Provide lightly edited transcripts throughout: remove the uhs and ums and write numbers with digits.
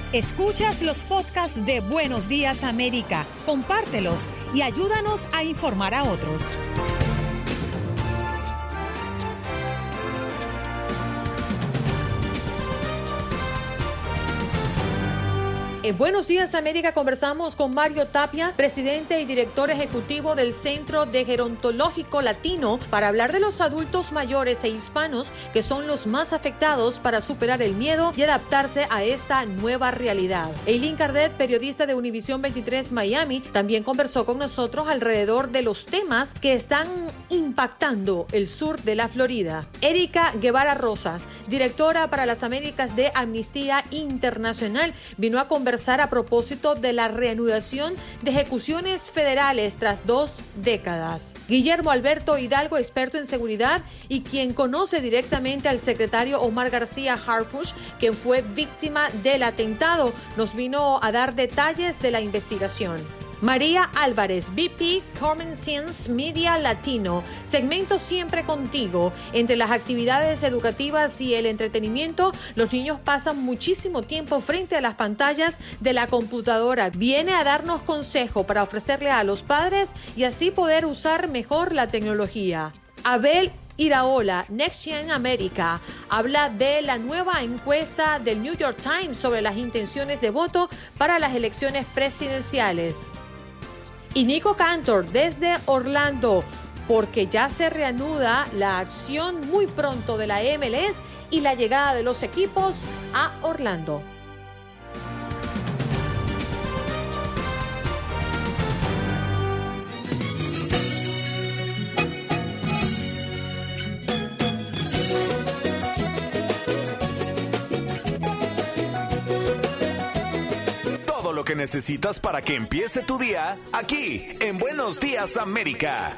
Escuchas los podcasts de Buenos Días América, compártelos y ayúdanos a informar a otros. En Buenos Días América conversamos con Mario Tapia, presidente y director ejecutivo del Centro de Gerontológico Latino, para hablar de los adultos mayores e hispanos que son los más afectados para superar el miedo y adaptarse a esta nueva realidad. Eileen Cardet, periodista de Univisión 23 Miami, también conversó con nosotros alrededor de los temas que están impactando el sur de la Florida. Erika Guevara Rosas, directora para las Américas de Amnistía Internacional, vino a conversar a propósito de la reanudación de ejecuciones federales tras 2 décadas. Guillermo Alberto Hidalgo, experto en seguridad y quien conoce directamente al secretario Omar García Harfuch, quien fue víctima del atentado, nos vino a dar detalles de la investigación. María Álvarez, VP Common Sense Media Latino, segmento Siempre Contigo. Entre las actividades educativas y el entretenimiento, los niños pasan muchísimo tiempo frente a las pantallas de la computadora. Viene a darnos consejo para ofrecerle a los padres y así poder usar mejor la tecnología. Abel Iraola, Next Gen America, habla de la nueva encuesta del New York Times sobre las intenciones de voto para las elecciones presidenciales. Y Nico Cantor desde Orlando, porque ya se reanuda la acción muy pronto de la MLS y la llegada de los equipos a Orlando. Lo que necesitas para que empiece tu día aquí en Buenos Días América.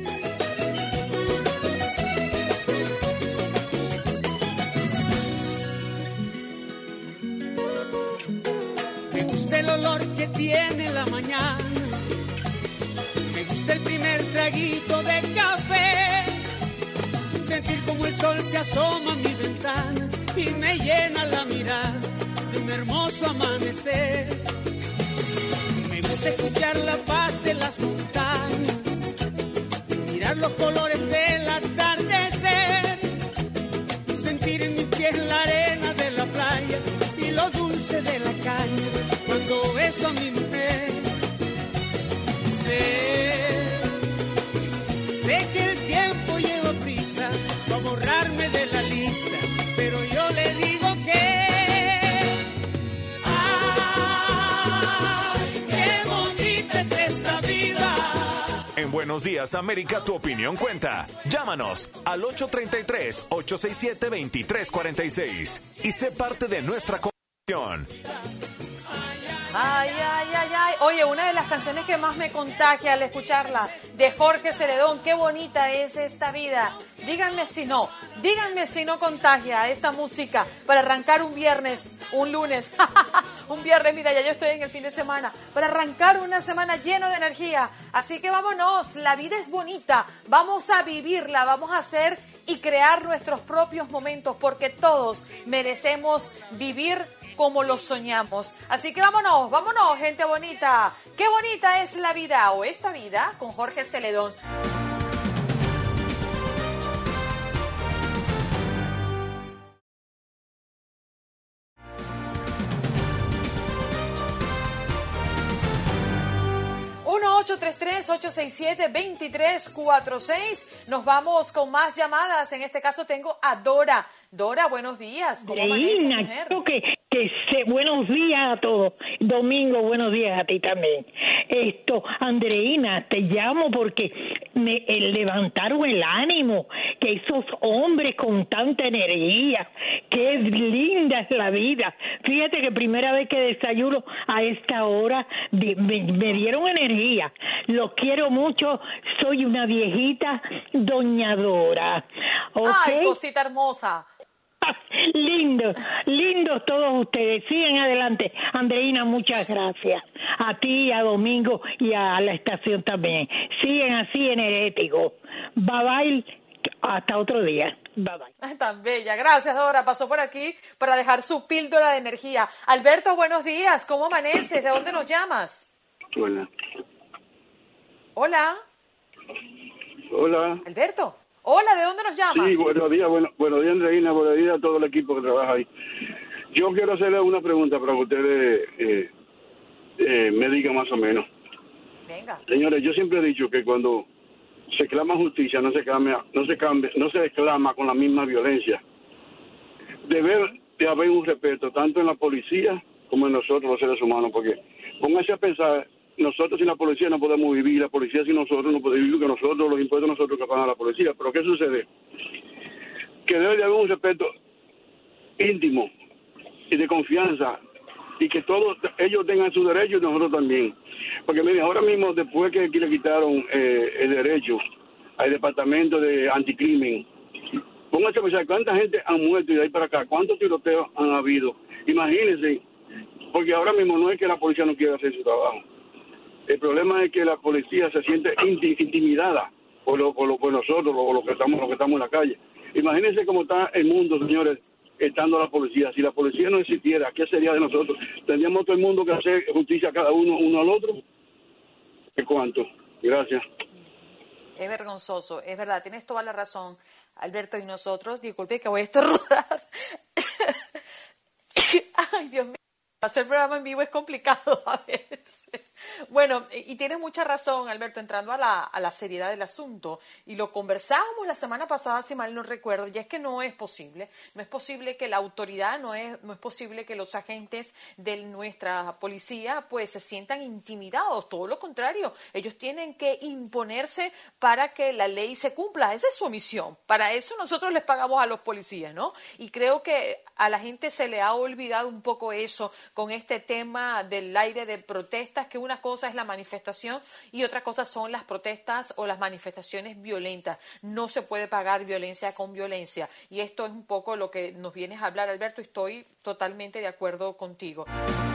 Me gusta el olor que tiene la mañana, me gusta el primer traguito de café, sentir como el sol se asoma a mi ventana y me llena la mirada de un hermoso amanecer. Escuchar la paz de las montañas, mirar los colores del atardecer, sentir en mis pies la arena de la playa y lo dulce de la caña cuando beso a mi mujer. Sé que el tiempo lleva prisa para borrarme de la lista, pero yo le digo que Buenos Días América, tu opinión cuenta. Llámanos al 833-867-2346 y sé parte de nuestra conversación. Ay, ay, ay, ay. Oye, una de las canciones que más me contagia al escucharla, de Jorge Celedón, qué bonita es esta vida. Díganme si no contagia esta música para arrancar un viernes, un lunes, un viernes, mira, ya yo estoy en el fin de semana, para arrancar una semana lleno de energía. Así que vámonos, la vida es bonita, vamos a vivirla, vamos a hacer y crear nuestros propios momentos, porque todos merecemos vivir como lo soñamos. Así que vámonos, gente bonita. Qué bonita es la vida, o esta vida, con Jorge Celedón. Uno 833-867-2346. Nos vamos con más llamadas. En este caso tengo a Dora. Dora, buenos días. ¿Cómo amanece, mujer? Buenos días a todos. Domingo, buenos días a ti también. Andreina, te llamo porque me levantaron el ánimo, que esos hombres con tanta energía, qué linda es la vida. Fíjate que primera vez que desayuno a esta hora me dieron energía. Los quiero mucho, soy una viejita doñadora. ¿Okay? Ay, cosita hermosa. Lindos todos ustedes. Sigan adelante. Andreina, muchas gracias. A ti, a Domingo y a la estación también. Siguen así energéticos. Bye bye. Hasta otro día. Bye bye. Tan bella. Gracias, Dora. Pasó por aquí para dejar su píldora de energía. Alberto, buenos días. ¿Cómo amaneces? ¿De dónde nos llamas? Hola. Hola. Hola. Alberto. Hola, ¿de dónde nos llamas? Sí, buenos días, buenos días, Andreina, buenos días a todo el equipo que trabaja ahí. Yo quiero hacerle una pregunta para que ustedes me digan más o menos. Venga. Señores, yo siempre he dicho que cuando se clama justicia no se exclama con la misma violencia. Debe de haber un respeto tanto en la policía como en nosotros los seres humanos, porque pónganse a pensar, nosotros sin la policía no podemos vivir, la policía sin nosotros no puede vivir, que nosotros, los impuestos nosotros que pagan a la policía. Pero ¿qué sucede? Que debe de haber un respeto íntimo y de confianza, y que todos ellos tengan sus derechos y nosotros también. Porque miren, ahora mismo, después que aquí le quitaron el derecho al departamento de anticrimen, pónganse a pensar cuánta gente han muerto y de ahí para acá, cuántos tiroteos han habido. Imagínense, porque ahora mismo no es que la policía no quiera hacer su trabajo. El problema es que la policía se siente intimidada por nosotros, los que estamos en la calle. Imagínense cómo está el mundo, señores, estando la policía. Si la policía no existiera, ¿qué sería de nosotros? ¿Tendríamos todo el mundo que hacer justicia cada uno al otro? ¿Qué cuánto? Gracias. Es vergonzoso, es verdad, tienes toda la razón, Alberto, y nosotros, disculpe que voy a estornudar. Ay, Dios mío, hacer programa en vivo es complicado a veces. Bueno, y tienes mucha razón, Alberto, entrando a la seriedad del asunto, y lo conversábamos la semana pasada, si mal no recuerdo, y es que no es posible que la autoridad, no es posible que los agentes de nuestra policía pues se sientan intimidados, todo lo contrario, ellos tienen que imponerse para que la ley se cumpla, esa es su misión, para eso nosotros les pagamos a los policías, ¿no? Y creo que a la gente se le ha olvidado un poco eso con este tema del aire de protestas, que una cosa es la manifestación y otra cosa son las protestas o las manifestaciones violentas. No se puede pagar violencia con violencia. Y esto es un poco lo que nos vienes a hablar, Alberto, y estoy totalmente de acuerdo contigo.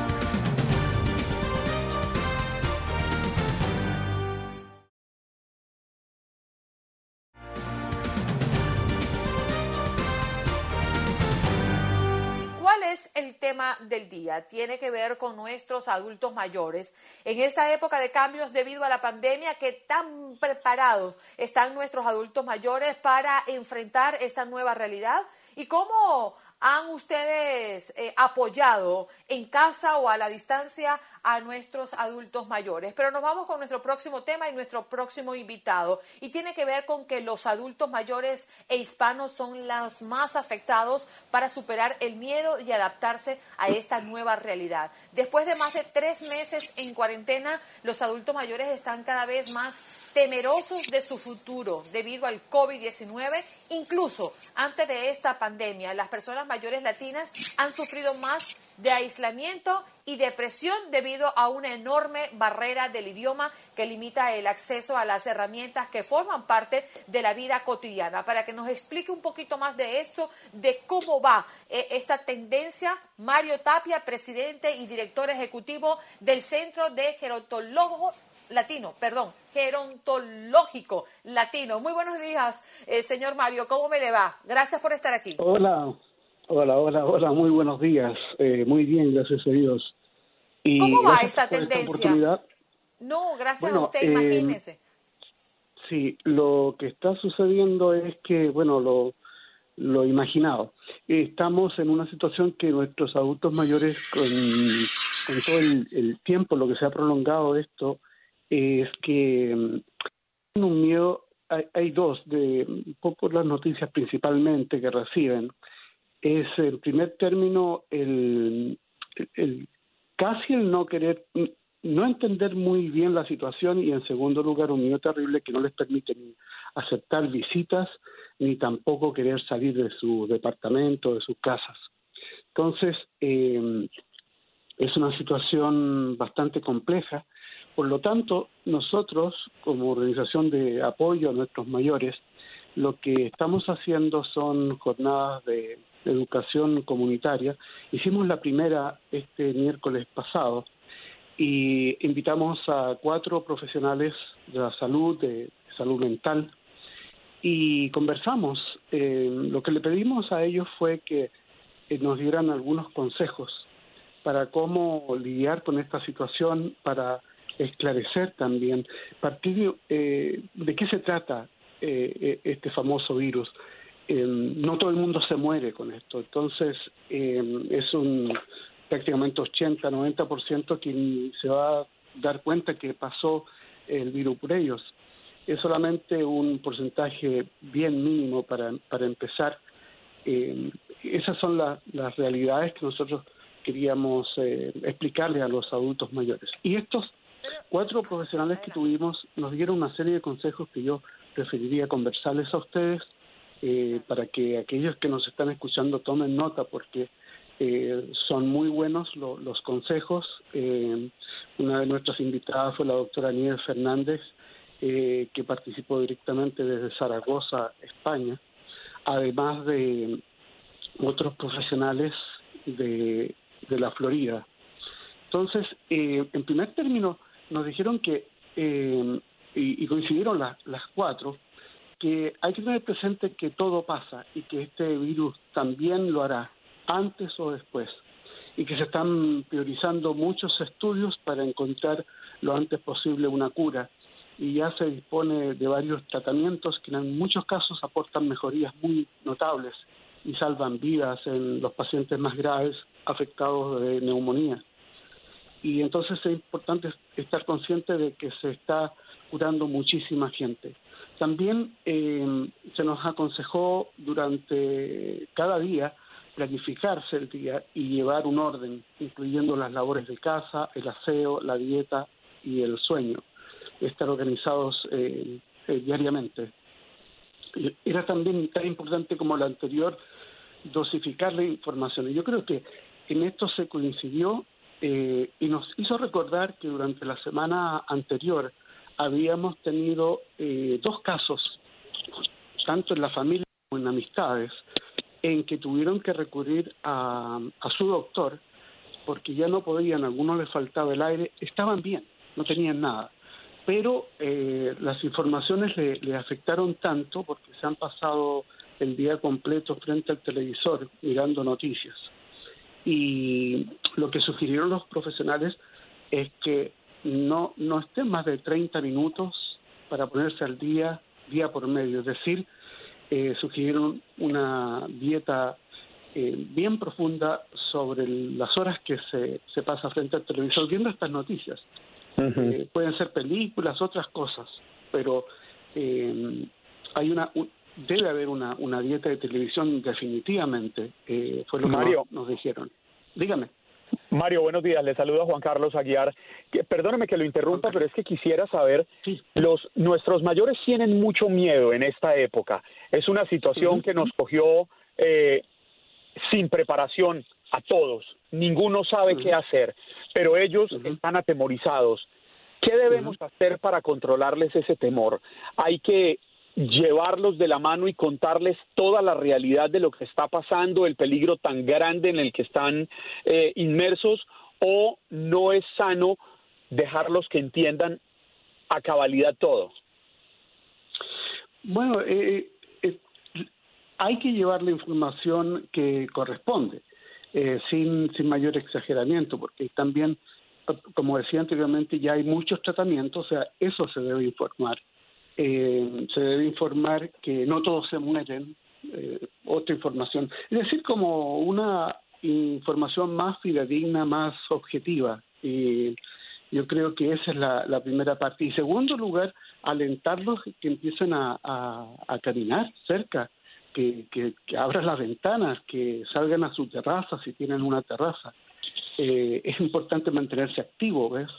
Es el tema del día, tiene que ver con nuestros adultos mayores. En esta época de cambios debido a la pandemia, ¿qué tan preparados están nuestros adultos mayores para enfrentar esta nueva realidad? ¿Y cómo han ustedes apoyado en casa o a la distancia a nuestros adultos mayores? Pero nos vamos con nuestro próximo tema y nuestro próximo invitado, y tiene que ver con que los adultos mayores e hispanos son los más afectados para superar el miedo y adaptarse a esta nueva realidad. Después de más de 3 meses en cuarentena, los adultos mayores están cada vez más temerosos de su futuro debido al COVID-19. Incluso antes de esta pandemia, las personas mayores latinas han sufrido más de aislamiento y depresión debido a una enorme barrera del idioma que limita el acceso a las herramientas que forman parte de la vida cotidiana. Para que nos explique un poquito más de esto, de cómo va esta tendencia, Mario Tapia, presidente y director ejecutivo del Centro de Gerontológico Latino. Muy buenos días, señor Mario, ¿cómo me le va? Gracias por estar aquí. Hola, muy buenos días. Muy bien, gracias a Dios. Y ¿cómo va esta tendencia? Gracias a usted, imagínese. Sí, lo que está sucediendo es que, lo imaginado. Estamos en una situación que nuestros adultos mayores, con todo el tiempo, lo que se ha prolongado de esto, es que tienen un miedo. Hay dos, por las noticias principalmente que reciben. Es, en primer término, casi el no querer, no entender muy bien la situación, y en segundo lugar un miedo terrible que no les permite ni aceptar visitas ni tampoco querer salir de su departamento, de sus casas. Entonces, es una situación bastante compleja. Por lo tanto, nosotros, como organización de apoyo a nuestros mayores, lo que estamos haciendo son jornadas de educación comunitaria. Hicimos la primera este miércoles pasado y invitamos a 4 profesionales de la salud, de salud mental, y conversamos lo que le pedimos a ellos fue que nos dieran algunos consejos para cómo lidiar con esta situación, para esclarecer también de qué se trata este famoso virus. No todo el mundo se muere con esto, entonces es un prácticamente 80-90% quien se va a dar cuenta que pasó el virus por ellos. Es solamente un porcentaje bien mínimo para empezar. Esas son las realidades que nosotros queríamos explicarle a los adultos mayores. Y estos 4 profesionales que tuvimos nos dieron una serie de consejos que yo preferiría conversarles a ustedes para que aquellos que nos están escuchando tomen nota, porque son muy buenos los consejos. Una de nuestras invitadas fue la doctora Nieves Fernández, que participó directamente desde Zaragoza, España, además de otros profesionales de la Florida. Entonces, en primer término, nos dijeron que, y coincidieron las 4, que hay que tener presente que todo pasa y que este virus también lo hará, antes o después, y que se están priorizando muchos estudios para encontrar lo antes posible una cura, y ya se dispone de varios tratamientos que en muchos casos aportan mejorías muy notables y salvan vidas en los pacientes más graves afectados de neumonía. Y entonces es importante estar consciente de que se está curando muchísima gente. También se nos aconsejó durante cada día planificarse el día y llevar un orden, incluyendo las labores de casa, el aseo, la dieta y el sueño, estar organizados diariamente. Era también tan importante como lo anterior dosificar la información. Y yo creo que en esto se coincidió y nos hizo recordar que durante la semana anterior habíamos tenido 2 casos, tanto en la familia como en amistades, en que tuvieron que recurrir a su doctor porque ya no podían, a algunos les faltaba el aire, estaban bien, no tenían nada, pero las informaciones le afectaron tanto porque se han pasado el día completo frente al televisor mirando noticias. Y lo que sugirieron los profesionales es que no estén más de 30 minutos para ponerse al día por medio. Es decir, sugirieron una dieta bien profunda sobre las horas que se pasa frente al televisor viendo estas noticias. Uh-huh. Pueden ser películas, otras cosas, pero debe haber una dieta de televisión definitivamente. Fue lo que nos dijeron. Dígame. Mario, buenos días. Le saluda Juan Carlos Aguiar. Perdóneme que lo interrumpa, pero es que quisiera saber, sí. Nuestros mayores tienen mucho miedo en esta época. Es una situación que nos cogió sin preparación a todos. Ninguno sabe qué hacer, pero ellos están atemorizados. ¿Qué debemos hacer para controlarles ese temor? Hay que llevarlos de la mano y contarles toda la realidad de lo que está pasando, el peligro tan grande en el que están inmersos, o no es sano dejarlos que entiendan a cabalidad todo. Bueno, hay que llevar la información que corresponde, sin mayor exageramiento, porque también, como decía anteriormente, ya hay muchos tratamientos, o sea, eso se debe informar. Se debe informar que no todos se mueren, otra información, es decir, como una información más fidedigna, más objetiva, y yo creo que esa es la primera parte. Y en segundo lugar, alentarlos que empiecen a caminar cerca, que abran las ventanas, que salgan a su terraza si tienen una terraza. Es importante mantenerse activo, ¿ves?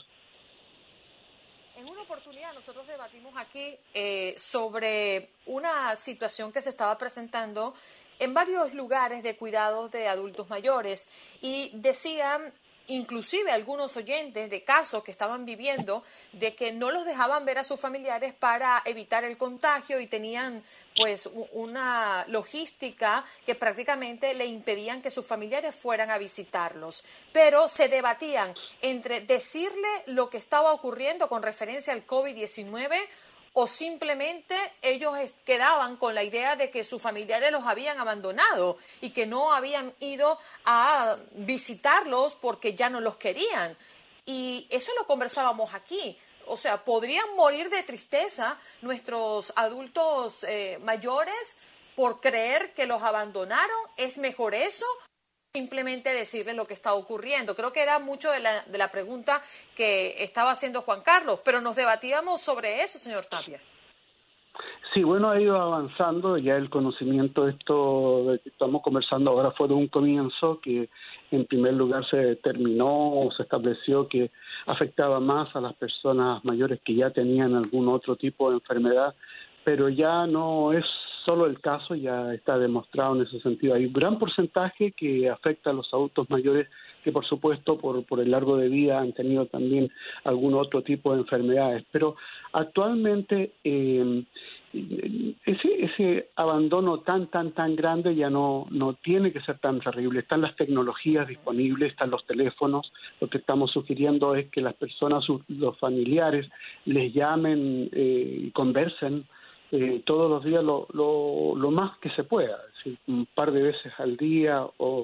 Nosotros debatimos aquí sobre una situación que se estaba presentando en varios lugares de cuidados de adultos mayores y decían, inclusive algunos oyentes de casos que estaban viviendo, de que no los dejaban ver a sus familiares para evitar el contagio y tenían pues una logística que prácticamente le impedían que sus familiares fueran a visitarlos. Pero se debatían entre decirle lo que estaba ocurriendo con referencia al COVID-19 o simplemente ellos quedaban con la idea de que sus familiares los habían abandonado y que no habían ido a visitarlos porque ya no los querían. Y eso lo conversábamos aquí. O sea, ¿podrían morir de tristeza nuestros adultos mayores por creer que los abandonaron? ¿Es mejor eso? Simplemente decirles lo que está ocurriendo. Creo que era mucho de la pregunta que estaba haciendo Juan Carlos, pero nos debatíamos sobre eso, señor Tapia. Sí, bueno, ha ido avanzando ya el conocimiento de esto de que estamos conversando ahora fue de un comienzo que en primer lugar se determinó o se estableció que afectaba más a las personas mayores que ya tenían algún otro tipo de enfermedad, pero ya no es solo el caso, ya está demostrado en ese sentido. Hay un gran porcentaje que afecta a los adultos mayores que por supuesto por el largo de vida han tenido también algún otro tipo de enfermedades, pero actualmente ese abandono tan grande ya no tiene que ser tan terrible. Están las tecnologías disponibles, están los teléfonos. Lo que estamos sugiriendo es que las personas, los familiares, les llamen y conversen todos los días lo más que se pueda, es decir, un par de veces al día o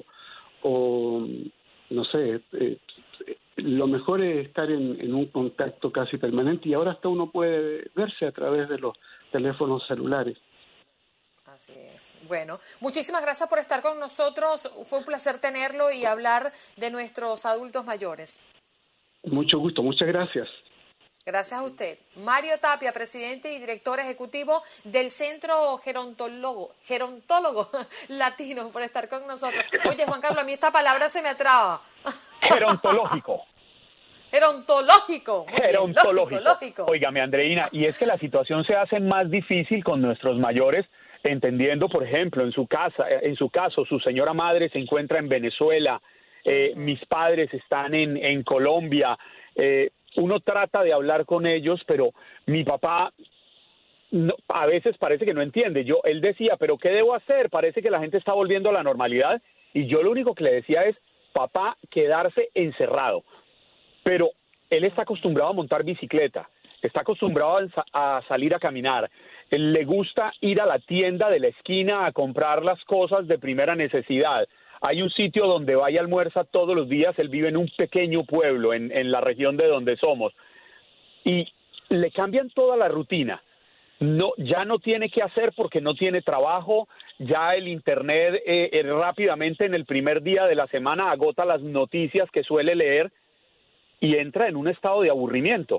no sé, lo mejor es estar en un contacto casi permanente y ahora hasta uno puede verse a través de los teléfonos celulares. Así es. Bueno, muchísimas gracias por estar con nosotros. Fue un placer tenerlo y hablar de nuestros adultos mayores. Mucho gusto, muchas gracias. Gracias a usted. Mario Tapia, presidente y director ejecutivo del Centro Gerontólogo Latino, por estar con nosotros. Oye, Juan Carlos, a mí esta palabra se me atraba. Gerontológico. Gerontológico. Gerontológico. Lógico. Óigame, Andreina, y es que la situación se hace más difícil con nuestros mayores, entendiendo, por ejemplo, en su caso, su señora madre se encuentra en Venezuela, mis padres están en Colombia, uno trata de hablar con ellos, pero mi papá a veces parece que no entiende. Él decía, ¿pero qué debo hacer? Parece que la gente está volviendo a la normalidad. Y yo lo único que le decía es, papá, quedarse encerrado. Pero él está acostumbrado a montar bicicleta, está acostumbrado a salir a caminar. Él le gusta ir a la tienda de la esquina a comprar las cosas de primera necesidad. Hay un sitio donde va y almuerza todos los días. Él vive en un pequeño pueblo en la región de donde somos. Y le cambian toda la rutina. Ya no tiene qué hacer porque no tiene trabajo. Ya el Internet rápidamente en el primer día de la semana agota las noticias que suele leer y entra en un estado de aburrimiento.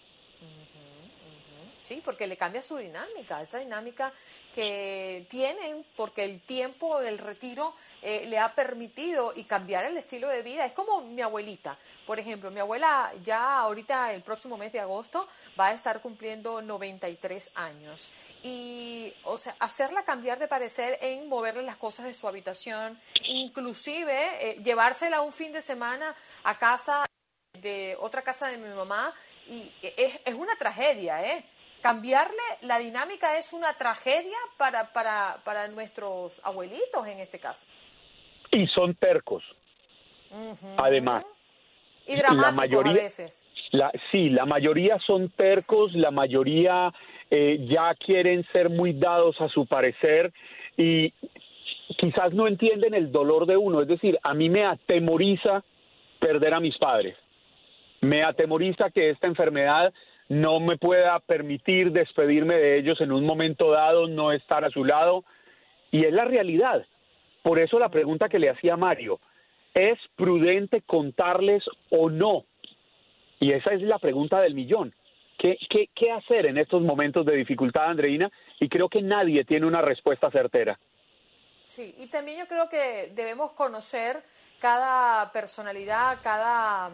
Sí, porque le cambia su dinámica, esa dinámica que tienen, porque el tiempo del retiro le ha permitido y cambiar el estilo de vida. Es como mi abuelita, por ejemplo, mi abuela ya ahorita el próximo mes de agosto va a estar cumpliendo 93 años. Y, o sea, hacerla cambiar de parecer en moverle las cosas de su habitación, inclusive llevársela un fin de semana a casa de otra casa de mi mamá, y es una tragedia, Cambiarle la dinámica es una tragedia para nuestros abuelitos en este caso. Y son tercos. Además. Y dramáticos a veces. La mayoría son tercos, la mayoría ya quieren ser muy dados a su parecer y quizás no entienden el dolor de uno. Es decir, a mí me atemoriza perder a mis padres. Me atemoriza que esta enfermedad no me pueda permitir despedirme de ellos en un momento dado, no estar a su lado. Y es la realidad. Por eso la pregunta que le hacía a Mario, ¿es prudente contarles o no? Y esa es la pregunta del millón. ¿Qué hacer en estos momentos de dificultad, Andreina? Y creo que nadie tiene una respuesta certera. Sí, y también yo creo que debemos conocer cada personalidad, cada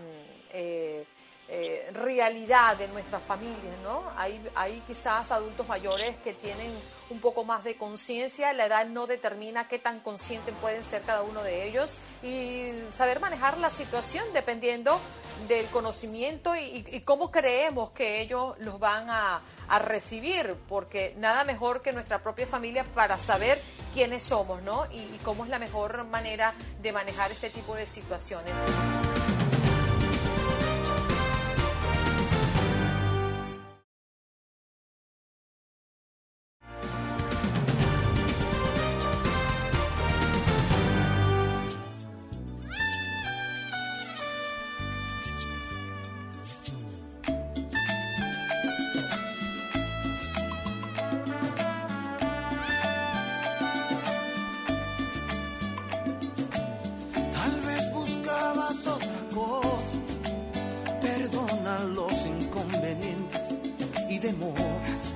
realidad de nuestras familias, ¿no? Hay quizás adultos mayores que tienen un poco más de conciencia, la edad no determina qué tan conscientes pueden ser cada uno de ellos y saber manejar la situación dependiendo del conocimiento y cómo creemos que ellos los van a recibir, porque nada mejor que nuestra propia familia para saber quiénes somos, ¿no? Y cómo es la mejor manera de manejar este tipo de situaciones. demoras.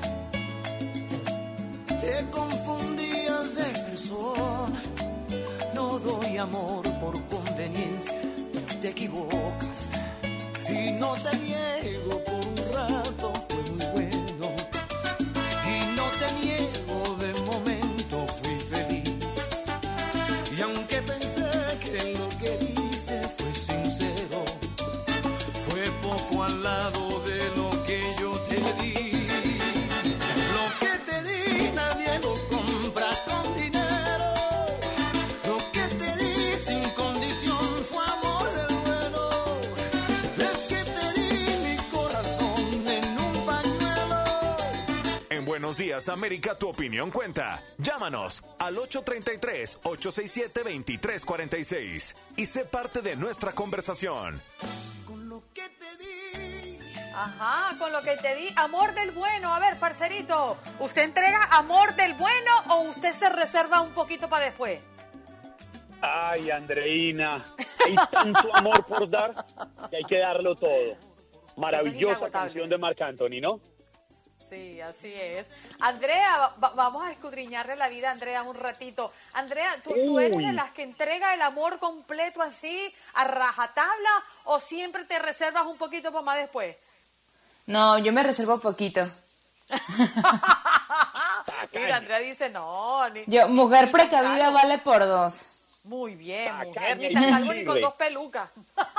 Te confundías de persona. No doy amor por conveniencia. Te equivocas. Y no te niego, por un rato fue muy bueno. Y no te niego, de momento fui feliz. Y aunque pensé que lo que diste fue sincero, fue poco al lado de lo que yo te di. Lo que te di nadie lo compra con dinero. Lo que te di sin condición fue amor del bueno. Es que te di mi corazón en un pañuelo. En Buenos Días América, tu opinión cuenta. Llámanos al 833-867-2346 y sé parte de nuestra conversación. Con lo que te di. Ajá, con lo que te di, amor del bueno. A ver, parcerito, ¿usted entrega amor del bueno o usted se reserva un poquito para después? Ay, Andreina, hay tanto amor por dar que hay que darlo todo. Maravillosa inagotable. canción de Marc Anthony, ¿no? Sí, así es. Andrea, vamos a escudriñarle la vida a Andrea un ratito. Andrea, ¿tú eres de las que entrega el amor completo así, a rajatabla, o siempre te reservas un poquito para más después? No, yo me reservo poquito. Mira, Andrea dice, no. Yo, mujer ni precavida tan vale por dos. Muy bien, Tacaña mujer, ni y tan calvo ni con sensible. 2 pelucas.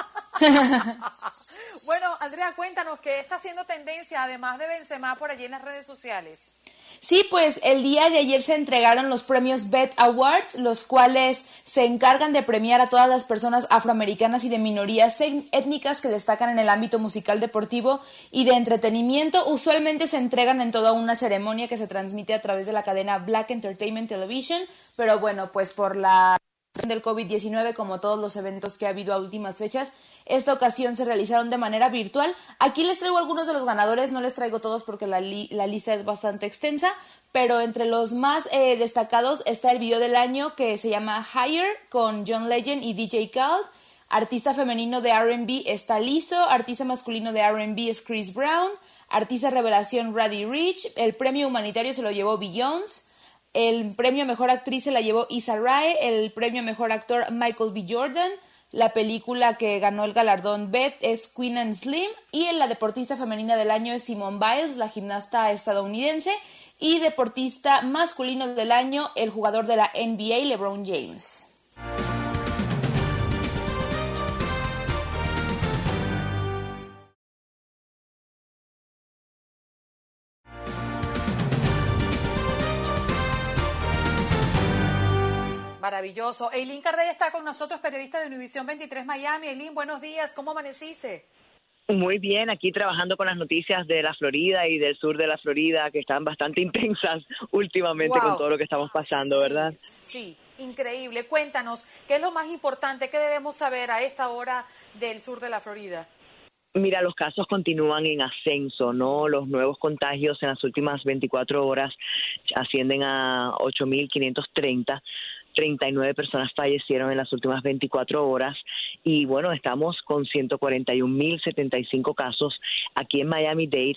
Bueno, Andrea, cuéntanos qué está haciendo tendencia, además de Benzema, por allí en las redes sociales. Sí, pues el día de ayer se entregaron los premios BET Awards, los cuales se encargan de premiar a todas las personas afroamericanas y de minorías étnicas que destacan en el ámbito musical, deportivo y de entretenimiento. Usualmente se entregan en toda una ceremonia que se transmite a través de la cadena Black Entertainment Television, pero bueno, pues por la del COVID-19, como todos los eventos que ha habido a últimas fechas, esta ocasión se realizaron de manera virtual. Aquí les traigo algunos de los ganadores, no les traigo todos porque la lista es bastante extensa, pero entre los más destacados está el video del año que se llama Higher con John Legend y DJ Khaled. Artista femenino de R&B está Lizzo, artista masculino de R&B es Chris Brown, artista revelación Roddy Ricch, el premio humanitario se lo llevó Beyoncé, el premio a mejor actriz se la llevó Issa Rae, el premio a mejor actor Michael B. Jordan. La película que ganó el galardón BET es Queen and Slim y la deportista femenina del año es Simone Biles, la gimnasta estadounidense, y deportista masculino del año, el jugador de la NBA, LeBron James. Maravilloso. Eileen Carday está con nosotros, periodista de Univisión 23 Miami. Eileen, buenos días. ¿Cómo amaneciste? Muy bien, aquí trabajando con las noticias de la Florida y del sur de la Florida, que están bastante intensas últimamente con todo lo que estamos pasando, ¿verdad? Sí, increíble. Cuéntanos, ¿qué es lo más importante que debemos saber a esta hora del sur de la Florida? Mira, los casos continúan en ascenso, ¿no? Los nuevos contagios en las últimas 24 horas ascienden a 8.530. 39 personas fallecieron en las últimas 24 horas y bueno, estamos con 141.075 casos aquí en Miami-Dade,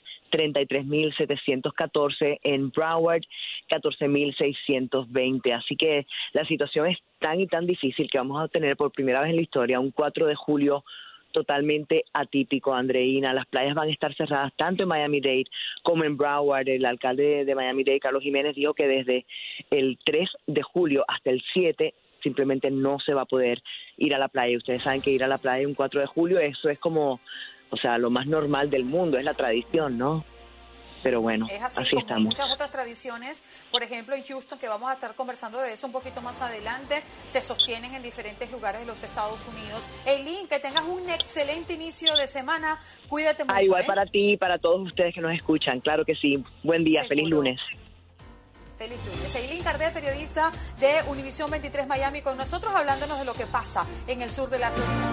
33.714 en Broward, 14.620. Así que la situación es tan y tan difícil que vamos a tener por primera vez en la historia un 4 de julio totalmente atípico, Andreina. Las playas van a estar cerradas tanto en Miami-Dade como en Broward. El alcalde de Miami-Dade, Carlos Jiménez, dijo que desde el 3 de julio hasta el 7 simplemente no se va a poder ir a la playa. Ustedes saben que ir a la playa un 4 de julio, eso es como, o sea, lo más normal del mundo, es la tradición, ¿no? Pero bueno, es así así como estamos. Muchas otras tradiciones, por ejemplo en Houston, que vamos a estar conversando de eso un poquito más adelante, se sostienen en diferentes lugares de los Estados Unidos. Eileen, que tengas un excelente inicio de semana, cuídate mucho. Igual para ti y para todos ustedes que nos escuchan, claro que sí. Buen día, Seguro. feliz lunes. Feliz lunes. Eileen Carday, periodista de Univisión 23 Miami, con nosotros hablándonos de lo que pasa en el sur de la Florida.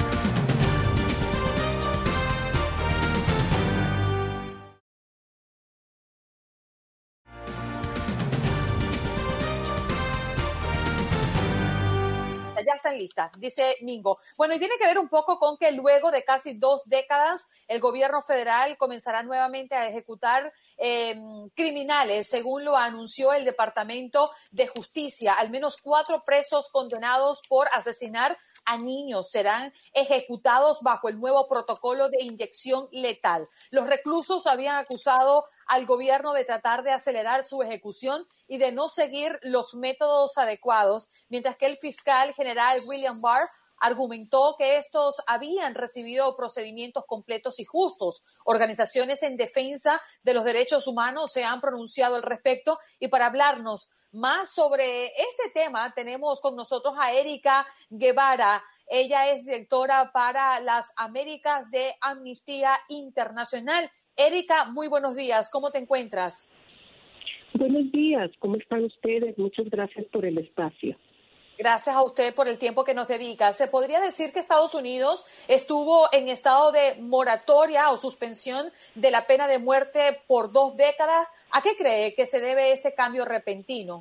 ya están listas, dice Mingo. Bueno, y tiene que ver un poco con que luego de casi 2 décadas, el gobierno federal comenzará nuevamente a ejecutar criminales, según lo anunció el Departamento de Justicia. Al menos 4 presos condenados por asesinar a niños serán ejecutados bajo el nuevo protocolo de inyección letal. Los reclusos habían acusado al gobierno de tratar de acelerar su ejecución y de no seguir los métodos adecuados, mientras que el fiscal general William Barr argumentó que estos habían recibido procedimientos completos y justos. Organizaciones en defensa de los derechos humanos se han pronunciado al respecto, y para hablarnos más sobre este tema tenemos con nosotros a Erika Guevara. Ella es directora para las Américas de Amnistía Internacional. Erika, muy buenos días. ¿Cómo te encuentras? Buenos días. ¿Cómo están ustedes? Muchas gracias por el espacio. Gracias a usted por el tiempo que nos dedica. ¿Se podría decir que Estados Unidos estuvo en estado de moratoria o suspensión de la pena de muerte por 2 décadas? ¿A qué cree que se debe este cambio repentino?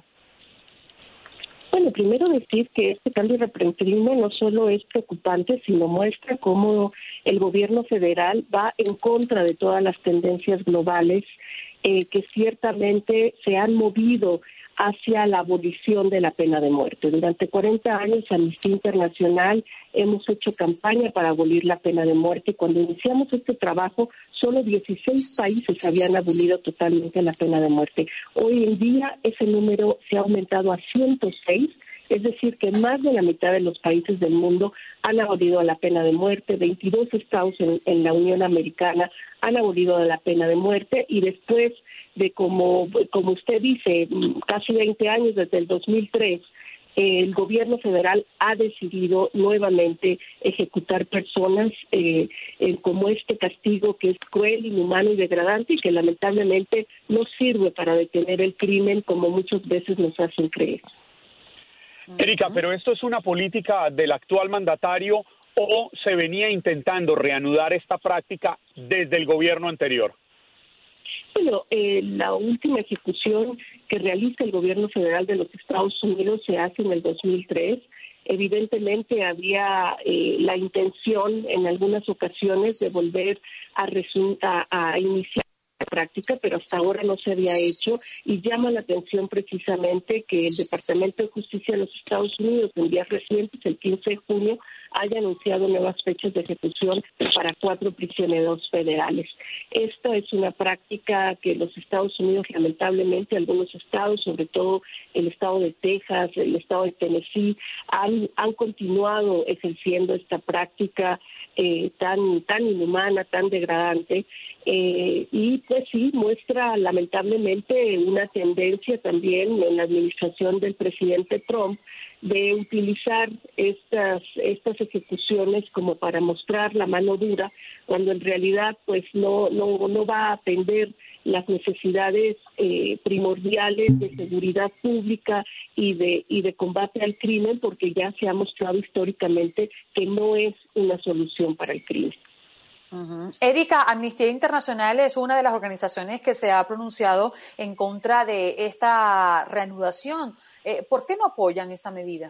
Bueno, primero decir que este cambio repentino no solo es preocupante, sino muestra cómo el gobierno federal va en contra de todas las tendencias globales que ciertamente se han movido hacia la abolición de la pena de muerte. Durante 40 años, Amnistía Internacional hemos hecho campaña para abolir la pena de muerte. Cuando iniciamos este trabajo, solo 16 países habían abolido totalmente la pena de muerte. Hoy en día, ese número se ha aumentado a 106, es decir, que más de la mitad de los países del mundo han abolido la pena de muerte. 22 estados en la Unión Americana han abolido la pena de muerte, y después de, como usted dice, casi 20 años, desde el 2003, el gobierno federal ha decidido nuevamente ejecutar personas como este castigo que es cruel, inhumano y degradante, y que lamentablemente no sirve para detener el crimen como muchas veces nos hacen creer. Erika, ¿pero esto es una política del actual mandatario o se venía intentando reanudar esta práctica desde el gobierno anterior? Bueno, la última ejecución que realiza el gobierno federal de los Estados Unidos se hace en el 2003. Evidentemente había la intención en algunas ocasiones de volver a iniciar la práctica, pero hasta ahora no se había hecho, y llama la atención precisamente que el Departamento de Justicia de los Estados Unidos en días recientes, el 15 de junio, haya anunciado nuevas fechas de ejecución para 4 prisioneros federales. Esta es una práctica que los Estados Unidos, lamentablemente, algunos estados, sobre todo el estado de Texas, el estado de Tennessee, han continuado ejerciendo esta práctica tan inhumana, tan degradante, y pues sí, muestra lamentablemente una tendencia también en la administración del presidente Trump de utilizar estas ejecuciones como para mostrar la mano dura, cuando en realidad pues no va a atender las necesidades primordiales de seguridad pública y de combate al crimen, porque ya se ha mostrado históricamente que no es una solución para el crimen. Erika, Amnistía Internacional es una de las organizaciones que se ha pronunciado en contra de esta reanudación. ¿Por qué no apoyan esta medida?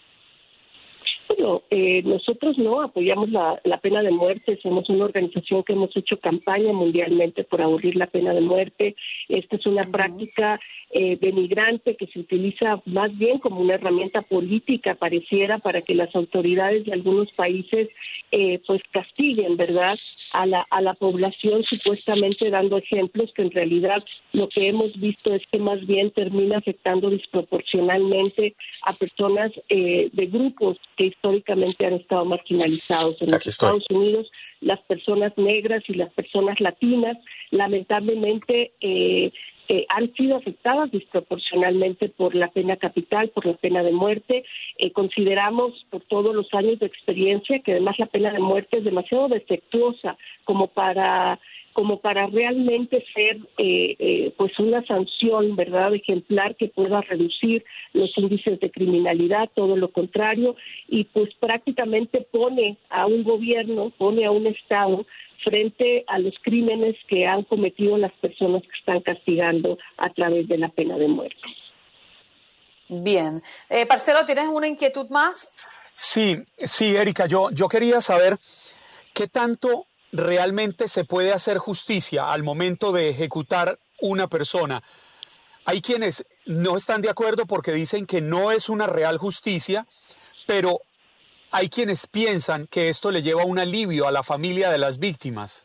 Bueno, nosotros no apoyamos la pena de muerte. Somos una organización que hemos hecho campaña mundialmente por abolir la pena de muerte. Esta es una práctica denigrante que se utiliza más bien como una herramienta política, pareciera, para que las autoridades de algunos países pues castiguen, ¿verdad?, a la población, supuestamente dando ejemplos que en realidad lo que hemos visto es que más bien termina afectando desproporcionalmente a personas de grupos que históricamente han estado marginalizados. En los Estados Unidos, las personas negras y las personas latinas, lamentablemente, han sido afectadas desproporcionalmente por la pena capital, por la pena de muerte. Consideramos, por todos los años de experiencia, que además la pena de muerte es demasiado defectuosa como para realmente ser pues una sanción, ¿verdad?, ejemplar que pueda reducir los índices de criminalidad. Todo lo contrario, y pues prácticamente pone a un gobierno, pone a un Estado frente a los crímenes que han cometido las personas que están castigando a través de la pena de muerte. Bien. Parcero, ¿tienes una inquietud más? Sí, Erika, yo quería saber qué tanto realmente se puede hacer justicia al momento de ejecutar una persona. Hay quienes no están de acuerdo porque dicen que no es una real justicia, pero hay quienes piensan que esto le lleva un alivio a la familia de las víctimas.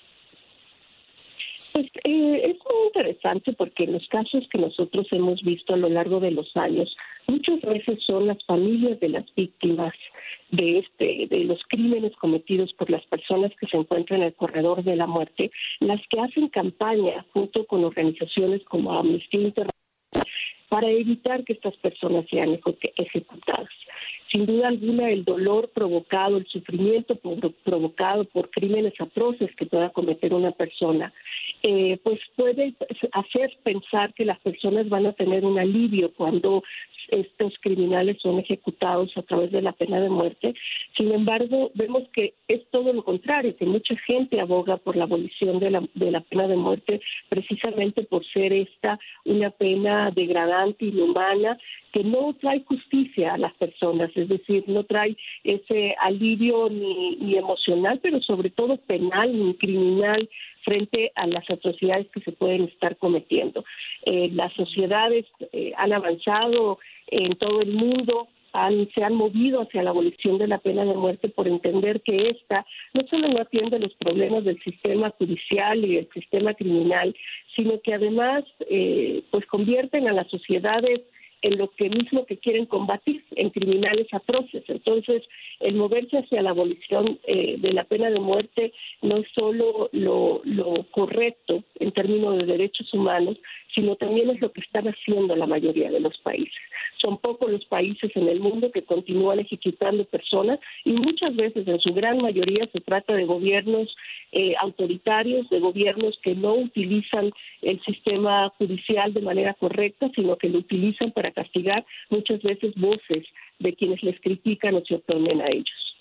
Pues es muy interesante porque en los casos que nosotros hemos visto a lo largo de los años, muchas veces son las familias de las víctimas de los crímenes cometidos por las personas que se encuentran en el corredor de la muerte, las que hacen campaña junto con organizaciones como Amnistía Internacional para evitar que estas personas sean ejecutadas. Sin duda alguna, el dolor provocado, el sufrimiento provocado por crímenes atroces que pueda cometer una persona, pues puede hacer pensar que las personas van a tener un alivio cuando estos criminales son ejecutados a través de la pena de muerte. Sin embargo, vemos que es todo lo contrario, que mucha gente aboga por la abolición de la pena de muerte precisamente por ser esta una pena degradante, inhumana, que no trae justicia a las personas, es decir, no trae ese alivio ni emocional, pero sobre todo penal ni criminal frente a las atrocidades que se pueden estar cometiendo. Las sociedades han avanzado en todo el mundo, se han movido hacia la abolición de la pena de muerte por entender que esta no solo no atiende los problemas del sistema judicial y del sistema criminal, sino que además pues convierten a las sociedades en lo que mismo que quieren combatir, en criminales atroces. Entonces, el moverse hacia la abolición de la pena de muerte no es solo lo correcto en términos de derechos humanos, sino también es lo que están haciendo la mayoría de los países. Son pocos los países en el mundo que continúan ejecutando personas y muchas veces, en su gran mayoría, se trata de gobiernos autoritarios, de gobiernos que no utilizan el sistema judicial de manera correcta, sino que lo utilizan para castigar muchas veces voces de quienes les critican o se oponen a ellos.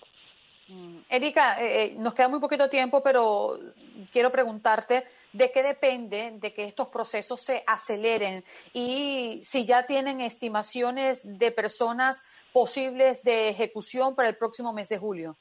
Erika, nos queda muy poquito tiempo, pero quiero preguntarte de qué depende de que estos procesos se aceleren y si ya tienen estimaciones de personas posibles de ejecución para el próximo mes de julio.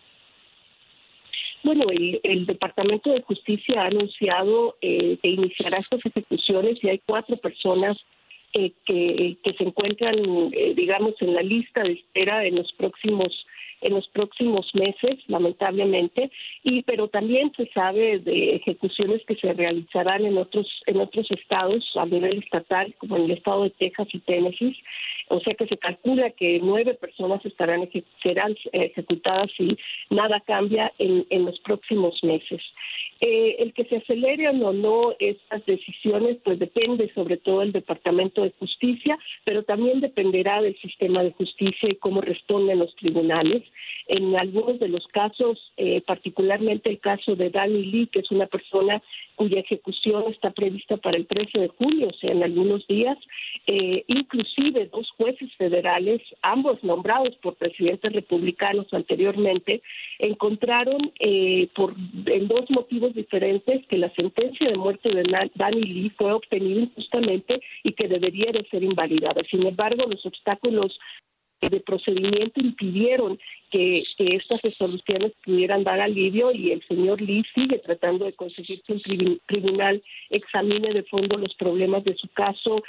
Bueno, el Departamento de Justicia ha anunciado que iniciará estas ejecuciones y hay 4 personas que se encuentran, digamos, en la lista de espera en los próximos meses, lamentablemente, pero también se sabe de ejecuciones que se realizarán en otros estados a nivel estatal, como en el estado de Texas y Tennessee. O sea que se calcula que 9 personas serán ejecutadas si nada cambia en los próximos meses. El que se aceleren o no estas decisiones, pues depende sobre todo del Departamento de Justicia, pero también dependerá del sistema de justicia y cómo responden los tribunales. En algunos de los casos, particularmente el caso de Danny Lee, que es una persona cuya ejecución está prevista para el 13 de julio, o sea, en algunos días, inclusive 2 jueces federales, ambos nombrados por presidentes republicanos anteriormente, encontraron en 2 motivos diferentes que la sentencia de muerte de Danny Lee fue obtenida injustamente y que debería de ser invalidada. Sin embargo, los obstáculos de procedimiento impidieron que estas resoluciones pudieran dar alivio y el señor Lee sigue tratando de conseguir que un tribunal examine de fondo los problemas de su caso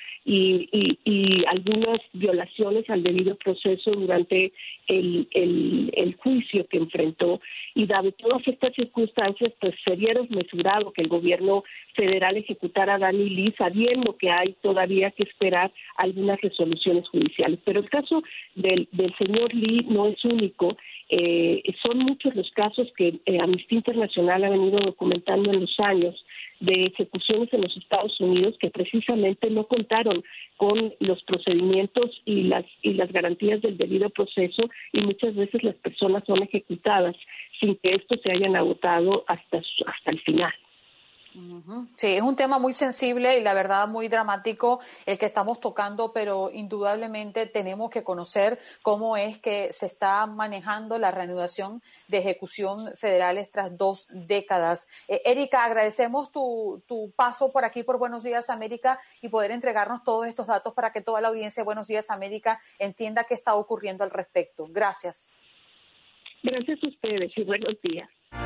y algunas violaciones al debido proceso durante el juicio que enfrentó. Y dado todas estas circunstancias, pues sería desmesurado que el gobierno federal ejecutara a Danny Lee sabiendo que hay todavía que esperar algunas resoluciones judiciales. Pero el caso del señor Lee no es único. Son muchos los casos que Amnistía Internacional ha venido documentando en los años de ejecuciones en los Estados Unidos que precisamente no contaron con los procedimientos y las garantías del debido proceso y muchas veces las personas son ejecutadas sin que estos se hayan agotado hasta el final. Sí, es un tema muy sensible y la verdad muy dramático el que estamos tocando, pero indudablemente tenemos que conocer cómo es que se está manejando la reanudación de ejecución federales tras 2 décadas. Erika, agradecemos tu paso por aquí por Buenos Días América y poder entregarnos todos estos datos para que toda la audiencia de Buenos Días América entienda qué está ocurriendo al respecto. Gracias. Gracias a ustedes y buenos días.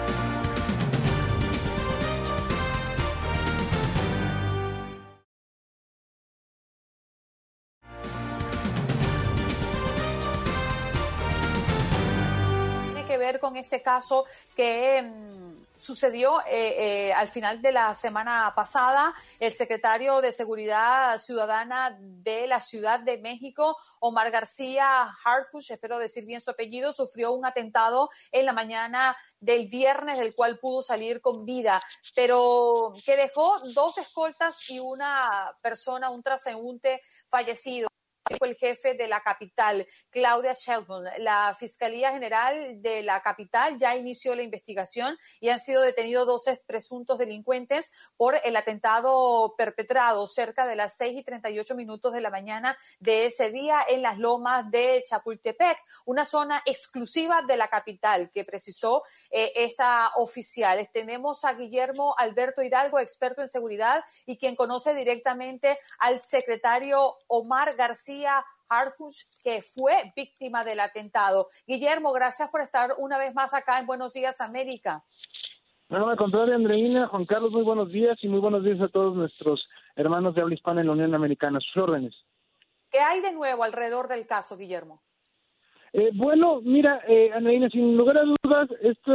Que ver con este caso que sucedió al final de la semana pasada. El secretario de Seguridad Ciudadana de la Ciudad de México, Omar García Harfuch, espero decir bien su apellido, sufrió un atentado en la mañana del viernes, del cual pudo salir con vida, pero que dejó 2 escoltas y una persona, un transeúnte fallecido. Fue el jefe de la capital, Claudia Sheinbaum. La Fiscalía General de la capital ya inició la investigación y han sido detenidos 12 presuntos delincuentes por el atentado perpetrado cerca de las 6:38 de la mañana de ese día en las lomas de Chapultepec, una zona exclusiva de la capital, que precisó esta oficial. Tenemos a Guillermo Alberto Hidalgo, experto en seguridad y quien conoce directamente al secretario Omar García Harfuch, que fue víctima del atentado. Guillermo, gracias por estar una vez más acá en Buenos Días América. No, al contrario, Andreina, Juan Carlos, muy buenos días y muy buenos días a todos nuestros hermanos de habla hispana en la Unión Americana. Sus órdenes. ¿Qué hay de nuevo alrededor del caso, Guillermo? Bueno, mira, Andreina, sin lugar a dudas,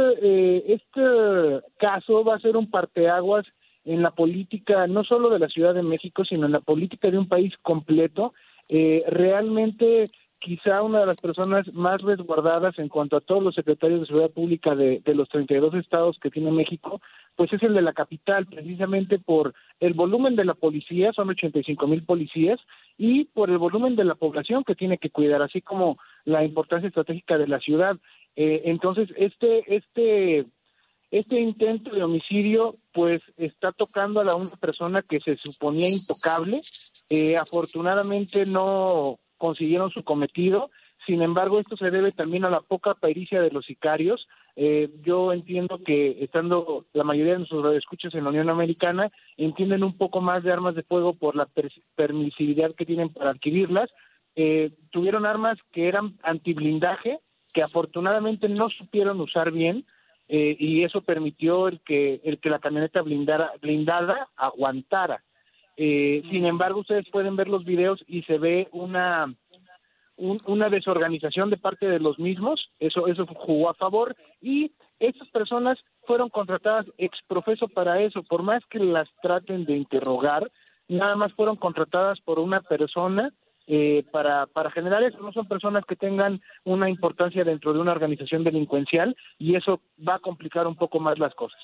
este caso va a ser un parteaguas en la política, no solo de la Ciudad de México, sino en la política de un país completo. Realmente quizá una de las personas más resguardadas en cuanto a todos los secretarios de seguridad pública de los 32 estados que tiene México, pues es el de la capital, precisamente por el volumen de la policía, son 85,000 policías, y por el volumen de la población que tiene que cuidar, así como la importancia estratégica de la ciudad. Entonces, este intento de homicidio, pues, está tocando a una persona que se suponía intocable. Afortunadamente no consiguieron su cometido. Sin embargo, esto se debe también a la poca pericia de los sicarios. Yo entiendo que, estando la mayoría de nuestros radioescuchas en la Unión Americana, entienden un poco más de armas de fuego por la permisividad que tienen para adquirirlas. Tuvieron armas que eran antiblindaje, que afortunadamente no supieron usar bien, y eso permitió el que la camioneta blindada aguantara. Sin embargo, ustedes pueden ver los videos y se ve una desorganización de parte de los mismos. Eso jugó a favor, y estas personas fueron contratadas ex profeso para eso. Por más que las traten de interrogar, nada más fueron contratadas por una persona para generar eso. No son personas que tengan una importancia dentro de una organización delincuencial, y eso va a complicar un poco más las cosas.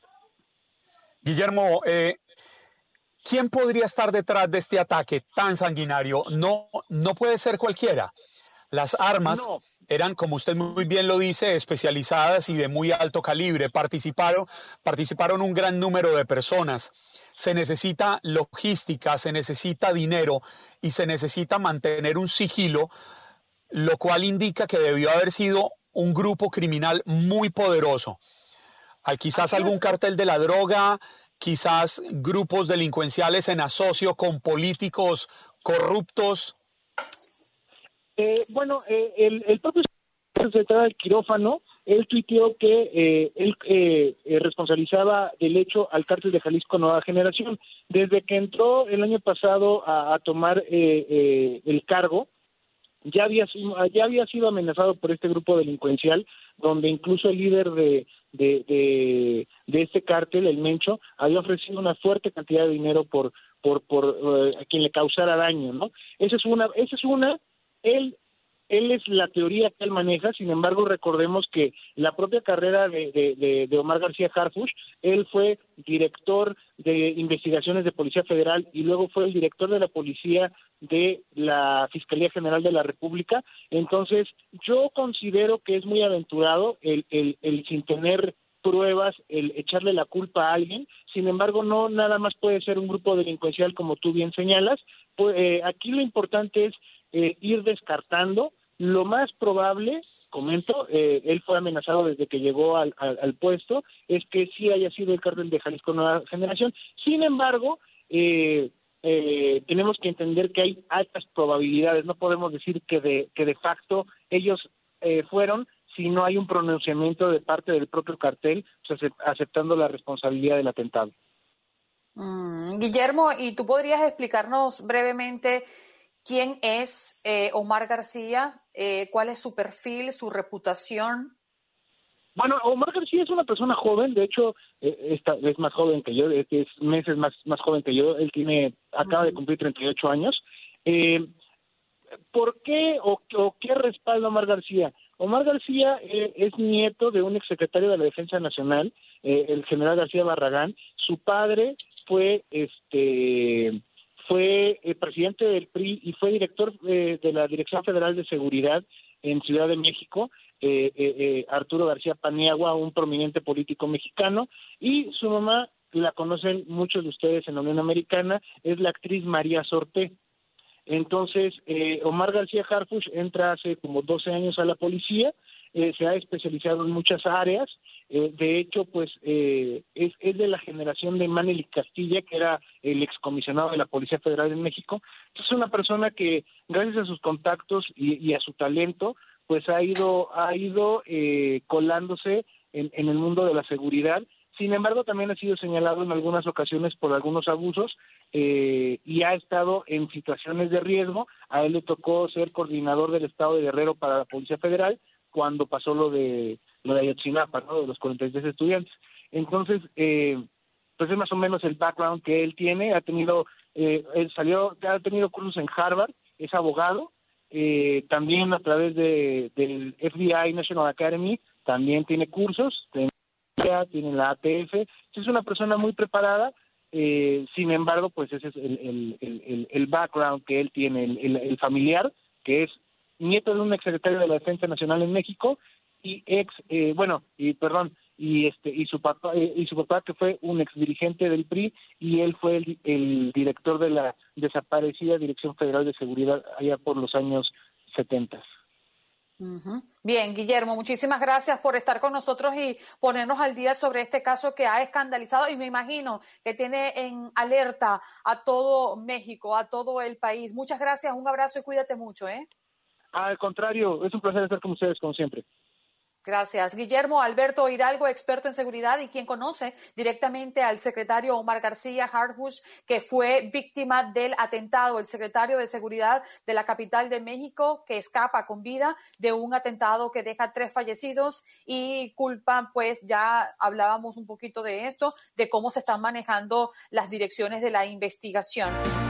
Guillermo, ¿quién podría estar detrás de este ataque tan sanguinario? No puede ser cualquiera. Las armas eran, como usted muy bien lo dice, especializadas y de muy alto calibre. Participaron un gran número de personas. Se necesita logística, se necesita dinero y se necesita mantener un sigilo, lo cual indica que debió haber sido un grupo criminal muy poderoso. Quizás algún cártel de la droga, quizás grupos delincuenciales en asocio con políticos corruptos. El propio secretario del quirófano, él tuiteó que él responsabilizaba del hecho al cártel de Jalisco Nueva Generación. Desde que entró el año pasado a tomar el cargo, ya había sido amenazado por este grupo delincuencial, donde incluso el líder de este cártel, el Mencho, había ofrecido una fuerte cantidad de dinero por a quien le causara daño, ¿no? Esa es una. Él es la teoría que él maneja. Sin embargo, recordemos que la propia carrera de Omar García Harfuch, él fue director de investigaciones de Policía Federal y luego fue el director de la Policía de la Fiscalía General de la República. Entonces, yo considero que es muy aventurado el sin tener pruebas el echarle la culpa a alguien. Sin embargo, no nada más puede ser un grupo delincuencial como tú bien señalas. Aquí lo importante es ir descartando. Lo más probable, comento, él fue amenazado desde que llegó al puesto, es que sí haya sido el cártel de Jalisco Nueva Generación. Sin embargo, tenemos que entender que hay altas probabilidades. No podemos decir que de facto ellos fueron, si no hay un pronunciamiento de parte del propio cartel, o sea, aceptando la responsabilidad del atentado. Guillermo, ¿y tú podrías explicarnos brevemente quién es Omar García? ¿Cuál es su perfil, su reputación? Bueno, Omar García es una persona joven, de hecho es más joven que yo, es meses más joven que yo. Él acaba de cumplir 38 años. ¿Por qué o qué respalda Omar García? Omar García es nieto de un exsecretario de la Defensa Nacional, el general García Barragán. Su padre fue presidente del PRI y fue director de la Dirección Federal de Seguridad en Ciudad de México, Arturo García Paniagua, un prominente político mexicano, y su mamá, la conocen muchos de ustedes en la Unión Americana, es la actriz María Sorté. Entonces, Omar García Harfuch entra hace como 12 años a la policía, se ha especializado en muchas áreas, de hecho, pues es de la generación de Manely Castilla, que era el excomisionado de la Policía Federal en México. Entonces, es una persona que, gracias a sus contactos y a su talento, pues ha ido colándose en el mundo de la seguridad. Sin embargo, también ha sido señalado en algunas ocasiones por algunos abusos y ha estado en situaciones de riesgo. A él le tocó ser coordinador del Estado de Guerrero para la Policía Federal cuando pasó lo de Ayotzinapa, ¿no?, de los 43 estudiantes. Entonces, pues es más o menos el background que él tiene. Ha tenido cursos en Harvard, es abogado, también a través del FBI National Academy, también tiene cursos, tiene la ATF. Es una persona muy preparada, sin embargo, pues ese es el background que él tiene, el familiar, que es nieto de un exsecretario de la Defensa Nacional en México y su papá que fue un exdirigente del PRI, y él fue el director de la desaparecida Dirección Federal de Seguridad allá por los años 70. Bien, Guillermo, muchísimas gracias por estar con nosotros y ponernos al día sobre este caso que ha escandalizado y me imagino que tiene en alerta a todo México, a todo el país. Muchas gracias, un abrazo y cuídate mucho, ¿eh? Al contrario, es un placer estar con ustedes, como siempre. Gracias. Guillermo Alberto Hidalgo, experto en seguridad y quien conoce directamente al secretario Omar García Harfuch, que fue víctima del atentado, el secretario de Seguridad de la capital de México, que escapa con vida de un atentado que deja 3 fallecidos y culpa, pues ya hablábamos un poquito de esto, de cómo se están manejando las direcciones de la investigación.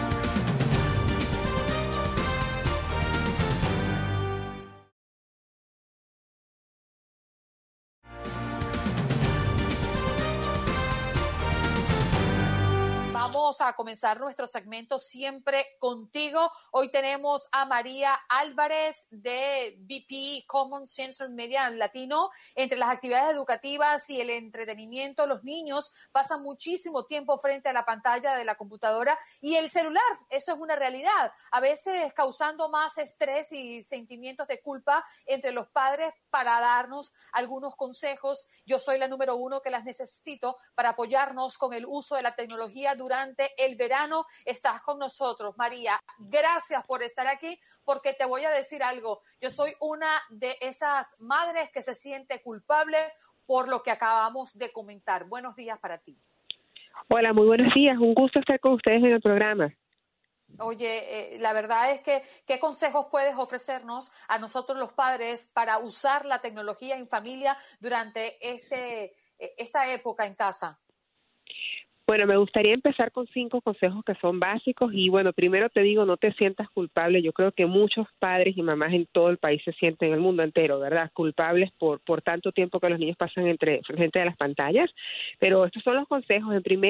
Vamos a comenzar nuestro segmento siempre contigo. Hoy tenemos a María Álvarez de BP Common Sense Media Latino. Entre las actividades educativas y el entretenimiento, los niños pasan muchísimo tiempo frente a la pantalla de la computadora y el celular. Eso es una realidad, a veces causando más estrés y sentimientos de culpa entre los padres. Para darnos algunos consejos, yo soy la número 1 que las necesito para apoyarnos con el uso de la tecnología durante el verano. Estás con nosotros, María. Gracias por estar aquí, porque te voy a decir algo. Yo soy una de esas madres que se siente culpable por lo que acabamos de comentar. Buenos días para ti. Hola, muy buenos días. Un gusto estar con ustedes en el programa. Oye, la verdad es que, ¿qué consejos puedes ofrecernos a nosotros los padres para usar la tecnología en familia durante esta época en casa? Bueno, me gustaría empezar con 5 consejos que son básicos y bueno, primero te digo, no te sientas culpable. Yo creo que muchos padres y mamás en todo el país se sienten, en el mundo entero, ¿verdad?, culpables por tanto tiempo que los niños pasan frente a las pantallas. Pero estos son los consejos. En primero,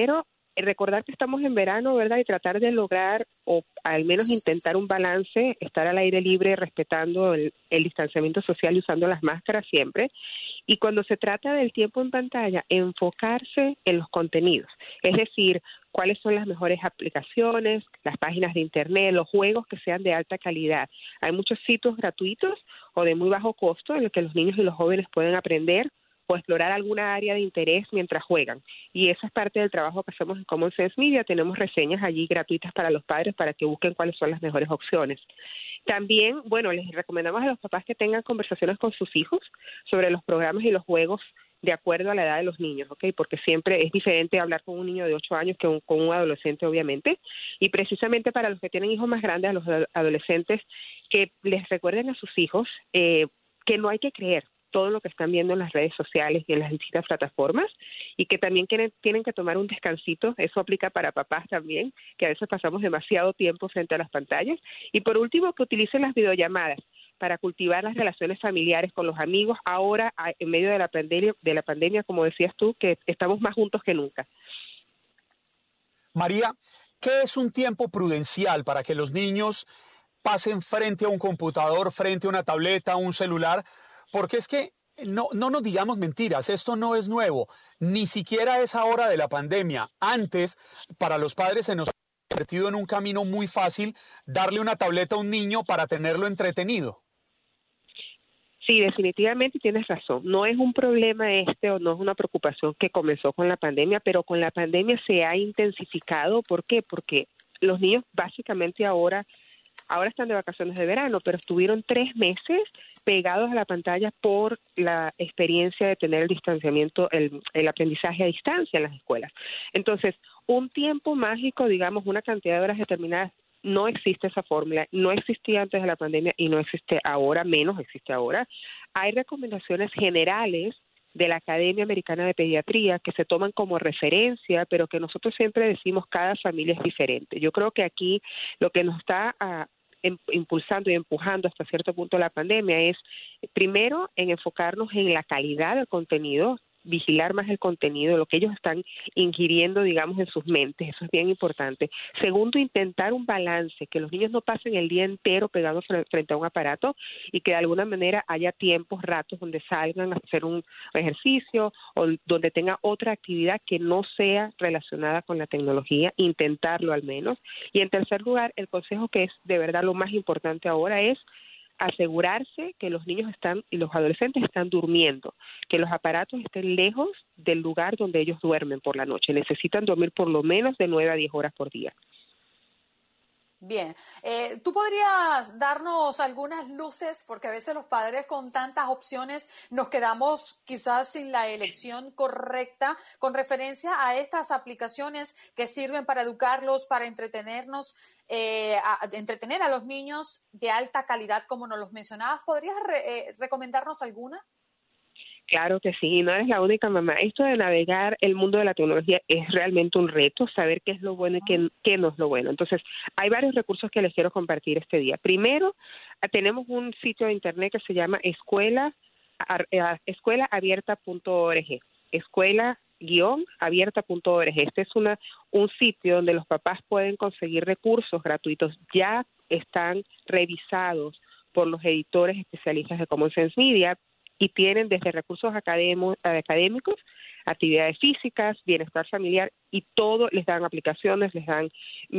recordar que estamos en verano, ¿verdad? Y tratar de lograr, o al menos intentar un balance, estar al aire libre, respetando el distanciamiento social y usando las máscaras siempre. Y cuando se trata del tiempo en pantalla, enfocarse en los contenidos. Es decir, cuáles son las mejores aplicaciones, las páginas de internet, los juegos que sean de alta calidad. Hay muchos sitios gratuitos o de muy bajo costo en los que los niños y los jóvenes pueden aprender o explorar alguna área de interés mientras juegan. Y esa es parte del trabajo que hacemos en Common Sense Media. Tenemos reseñas allí gratuitas para los padres para que busquen cuáles son las mejores opciones. También, bueno, les recomendamos a los papás que tengan conversaciones con sus hijos sobre los programas y los juegos de acuerdo a la edad de los niños, ¿ok? Porque siempre es diferente hablar con un niño de 8 años que con un adolescente, obviamente. Y precisamente para los que tienen hijos más grandes, a los adolescentes, que les recuerden a sus hijos que no hay que creer todo lo que están viendo en las redes sociales y en las distintas plataformas, y que también tienen que tomar un descansito. Eso aplica para papás también, que a veces pasamos demasiado tiempo frente a las pantallas. Y por último, que utilicen las videollamadas para cultivar las relaciones familiares con los amigos, ahora en medio de la pandemia, como decías tú, que estamos más juntos que nunca. María, ¿qué es un tiempo prudencial para que los niños pasen frente a un computador, frente a una tableta, un celular? Porque es que no nos digamos mentiras, esto no es nuevo, ni siquiera es ahora de la pandemia. Antes, para los padres se nos ha convertido en un camino muy fácil darle una tableta a un niño para tenerlo entretenido. Sí, definitivamente tienes razón. No es un problema o no es una preocupación que comenzó con la pandemia, pero con la pandemia se ha intensificado. ¿Por qué? Porque los niños básicamente ahora están de vacaciones de verano, pero estuvieron 3 meses pegados a la pantalla por la experiencia de tener el distanciamiento, el aprendizaje a distancia en las escuelas. Entonces, un tiempo mágico, digamos, una cantidad de horas determinadas, no existe esa fórmula, no existía antes de la pandemia y no existe ahora, menos existe ahora. Hay recomendaciones generales de la Academia Americana de Pediatría que se toman como referencia, pero que nosotros siempre decimos cada familia es diferente. Yo creo que aquí lo que nos está impulsando y empujando hasta cierto punto la pandemia es, primero, en enfocarnos en la calidad del contenido, vigilar más el contenido, lo que ellos están ingiriendo, digamos, en sus mentes. Eso es bien importante. Segundo, intentar un balance, que los niños no pasen el día entero pegados frente a un aparato y que de alguna manera haya tiempos, ratos donde salgan a hacer un ejercicio o donde tenga otra actividad que no sea relacionada con la tecnología, intentarlo al menos. Y en tercer lugar, el consejo que es de verdad lo más importante ahora es asegurarse que los niños y los adolescentes están durmiendo, que los aparatos estén lejos del lugar donde ellos duermen por la noche. Necesitan dormir por lo menos de 9 a 10 horas por día. Bien, ¿tú podrías darnos algunas luces? Porque a veces los padres con tantas opciones nos quedamos quizás sin la elección correcta con referencia a estas aplicaciones que sirven para educarlos, para entretenernos, entretener a los niños de alta calidad, como nos los mencionabas. ¿Podrías recomendarnos alguna? Claro que sí, no eres la única mamá. Esto de navegar el mundo de la tecnología es realmente un reto, saber qué es lo bueno y qué no es lo bueno. Entonces, hay varios recursos que les quiero compartir este día. Primero, tenemos un sitio de internet que se llama escuelaabierta.org. Escuela-abierta.org. Este es un sitio donde los papás pueden conseguir recursos gratuitos. Ya están revisados por los editores especialistas de Common Sense Media y tienen desde recursos académicos, actividades físicas, bienestar familiar y todo. Les dan aplicaciones, les dan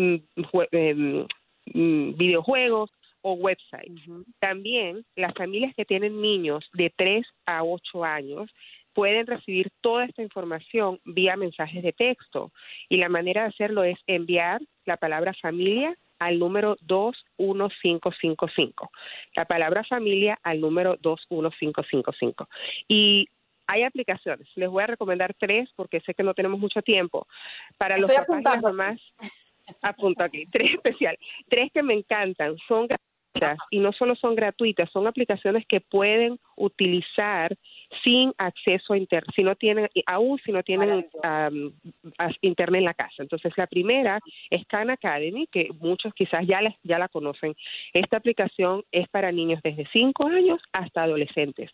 videojuegos o websites. También las familias que tienen niños de 3 a 8 años pueden recibir toda esta información vía mensajes de texto, y la manera de hacerlo es enviar la palabra familia al número 21555. La palabra familia al número 21555. Y hay aplicaciones. Les voy a recomendar 3 porque sé que no tenemos mucho tiempo. Para los papás y las mamás, apunto aquí, 3 especiales. 3 que me encantan, son gratuitas, y no solo son gratuitas, son aplicaciones que pueden utilizar sin acceso a internet, si no tienen internet en la casa. Entonces, la primera es Khan Academy, que muchos quizás ya la conocen. Esta aplicación es para niños desde 5 años hasta adolescentes.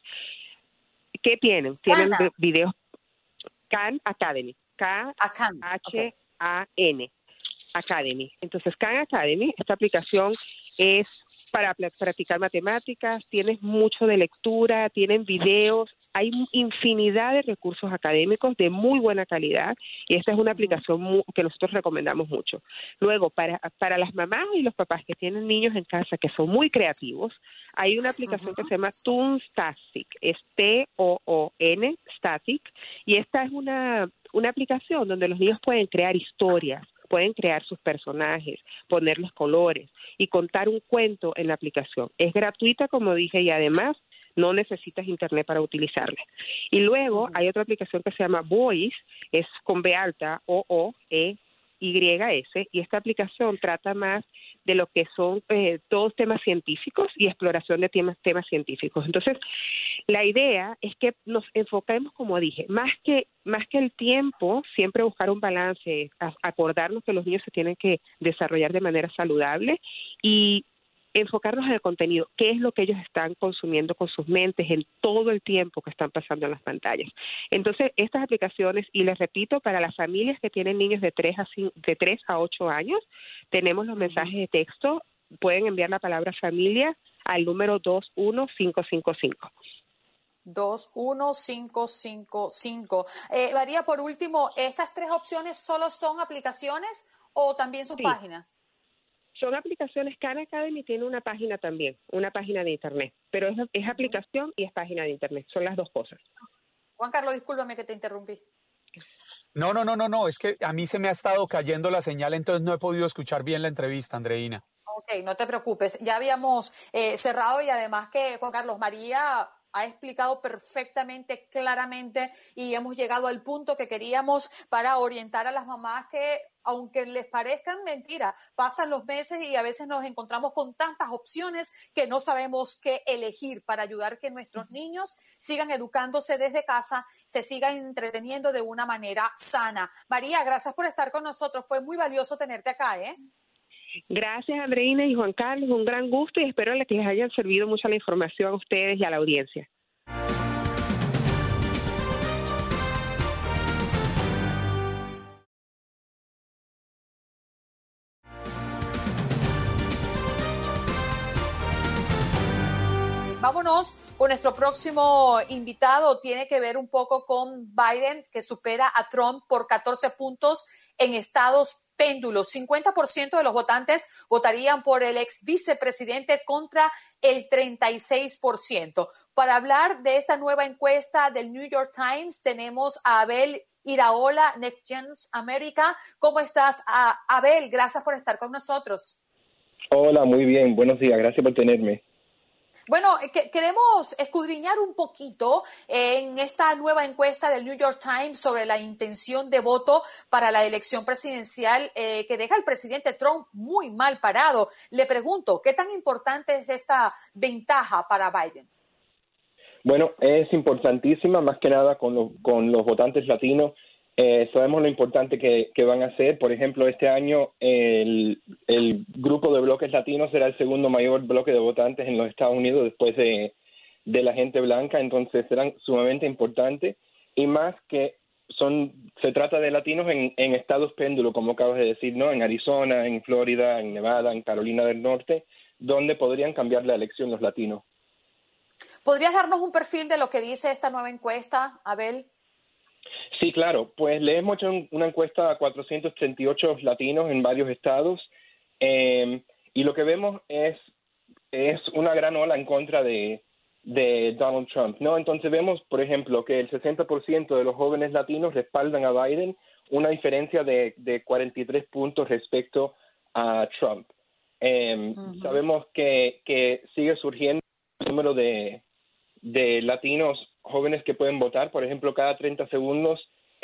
¿Qué tienen? Tienen videos. Khan Academy. K-H Academy. Entonces, Khan Academy, esta aplicación es para practicar matemáticas, tienes mucho de lectura, tienen videos, hay infinidad de recursos académicos de muy buena calidad y esta es una aplicación que nosotros recomendamos mucho. Luego, para las mamás y los papás que tienen niños en casa que son muy creativos, hay una aplicación que se llama Toontastic, es T-O-O-N, Static, y esta es una aplicación donde los niños pueden crear historias, pueden crear sus personajes, ponerles colores y contar un cuento en la aplicación. Es gratuita, como dije, y además no necesitas internet para utilizarla. Y luego hay otra aplicación que se llama Voice, es con B alta, O-O-E-Y-S, y esta aplicación trata más de lo que son todos temas científicos y exploración de temas científicos. Entonces, la idea es que nos enfoquemos, como dije, más que el tiempo, siempre buscar un balance, acordarnos que los niños se tienen que desarrollar de manera saludable y enfocarnos en el contenido, qué es lo que ellos están consumiendo con sus mentes en todo el tiempo que están pasando en las pantallas. Entonces, estas aplicaciones, y les repito, para las familias que tienen niños de 3 a 8 años, tenemos los mensajes de texto, pueden enviar la palabra familia al número 21555. 21555. María, por último, ¿estas 3 opciones solo son aplicaciones o también son páginas? Son aplicaciones. Khan Academy tiene una página también, una página de internet, pero es aplicación y es página de internet, son las dos cosas. Juan Carlos, discúlpame que te interrumpí. No, es que a mí se me ha estado cayendo la señal, entonces no he podido escuchar bien la entrevista, Andreina. Ok, no te preocupes, ya habíamos cerrado y además que Juan Carlos, María ha explicado perfectamente, claramente y hemos llegado al punto que queríamos para orientar a las mamás que, aunque les parezcan mentiras, pasan los meses y a veces nos encontramos con tantas opciones que no sabemos qué elegir para ayudar que nuestros niños sigan educándose desde casa, se sigan entreteniendo de una manera sana. María, gracias por estar con nosotros, fue muy valioso tenerte acá, ¿eh? Gracias, Andreina y Juan Carlos, un gran gusto y espero que les haya servido mucho la información a ustedes y a la audiencia. Vámonos con nuestro próximo invitado. Tiene que ver un poco con Biden, que supera a Trump por 14 puntos en estados péndulos. 50% de los votantes votarían por el ex vicepresidente contra el 36%. Para hablar de esta nueva encuesta del New York Times, tenemos a Abel Iraola, Next Gen America. ¿Cómo estás, Abel? Gracias por estar con nosotros. Hola, muy bien. Buenos días. Gracias por tenerme. Bueno, queremos escudriñar un poquito en esta nueva encuesta del New York Times sobre la intención de voto para la elección presidencial que deja al presidente Trump muy mal parado. Le pregunto, ¿qué tan importante es esta ventaja para Biden? Bueno, es importantísima, más que nada con los votantes latinos. Sabemos lo importante que van a ser. Por ejemplo, este año el grupo de bloques latinos será el segundo mayor bloque de votantes en los Estados Unidos después de la gente blanca, entonces serán sumamente importantes y más que se trata de latinos en estados péndulo, como acabas de decir, ¿no? En Arizona, en Florida, en Nevada, en Carolina del Norte, donde podrían cambiar la elección los latinos. ¿Podrías darnos un perfil de lo que dice esta nueva encuesta, Abel? Sí, claro. Pues le hemos hecho una encuesta a 438 latinos en varios estados y lo que vemos es una gran ola en contra de Donald Trump, ¿no? Entonces vemos, por ejemplo, que el 60% de los jóvenes latinos respaldan a Biden, una diferencia de 43 puntos respecto a Trump. Sabemos que sigue surgiendo el número de latinos jóvenes que pueden votar. Por ejemplo, cada 30 segundos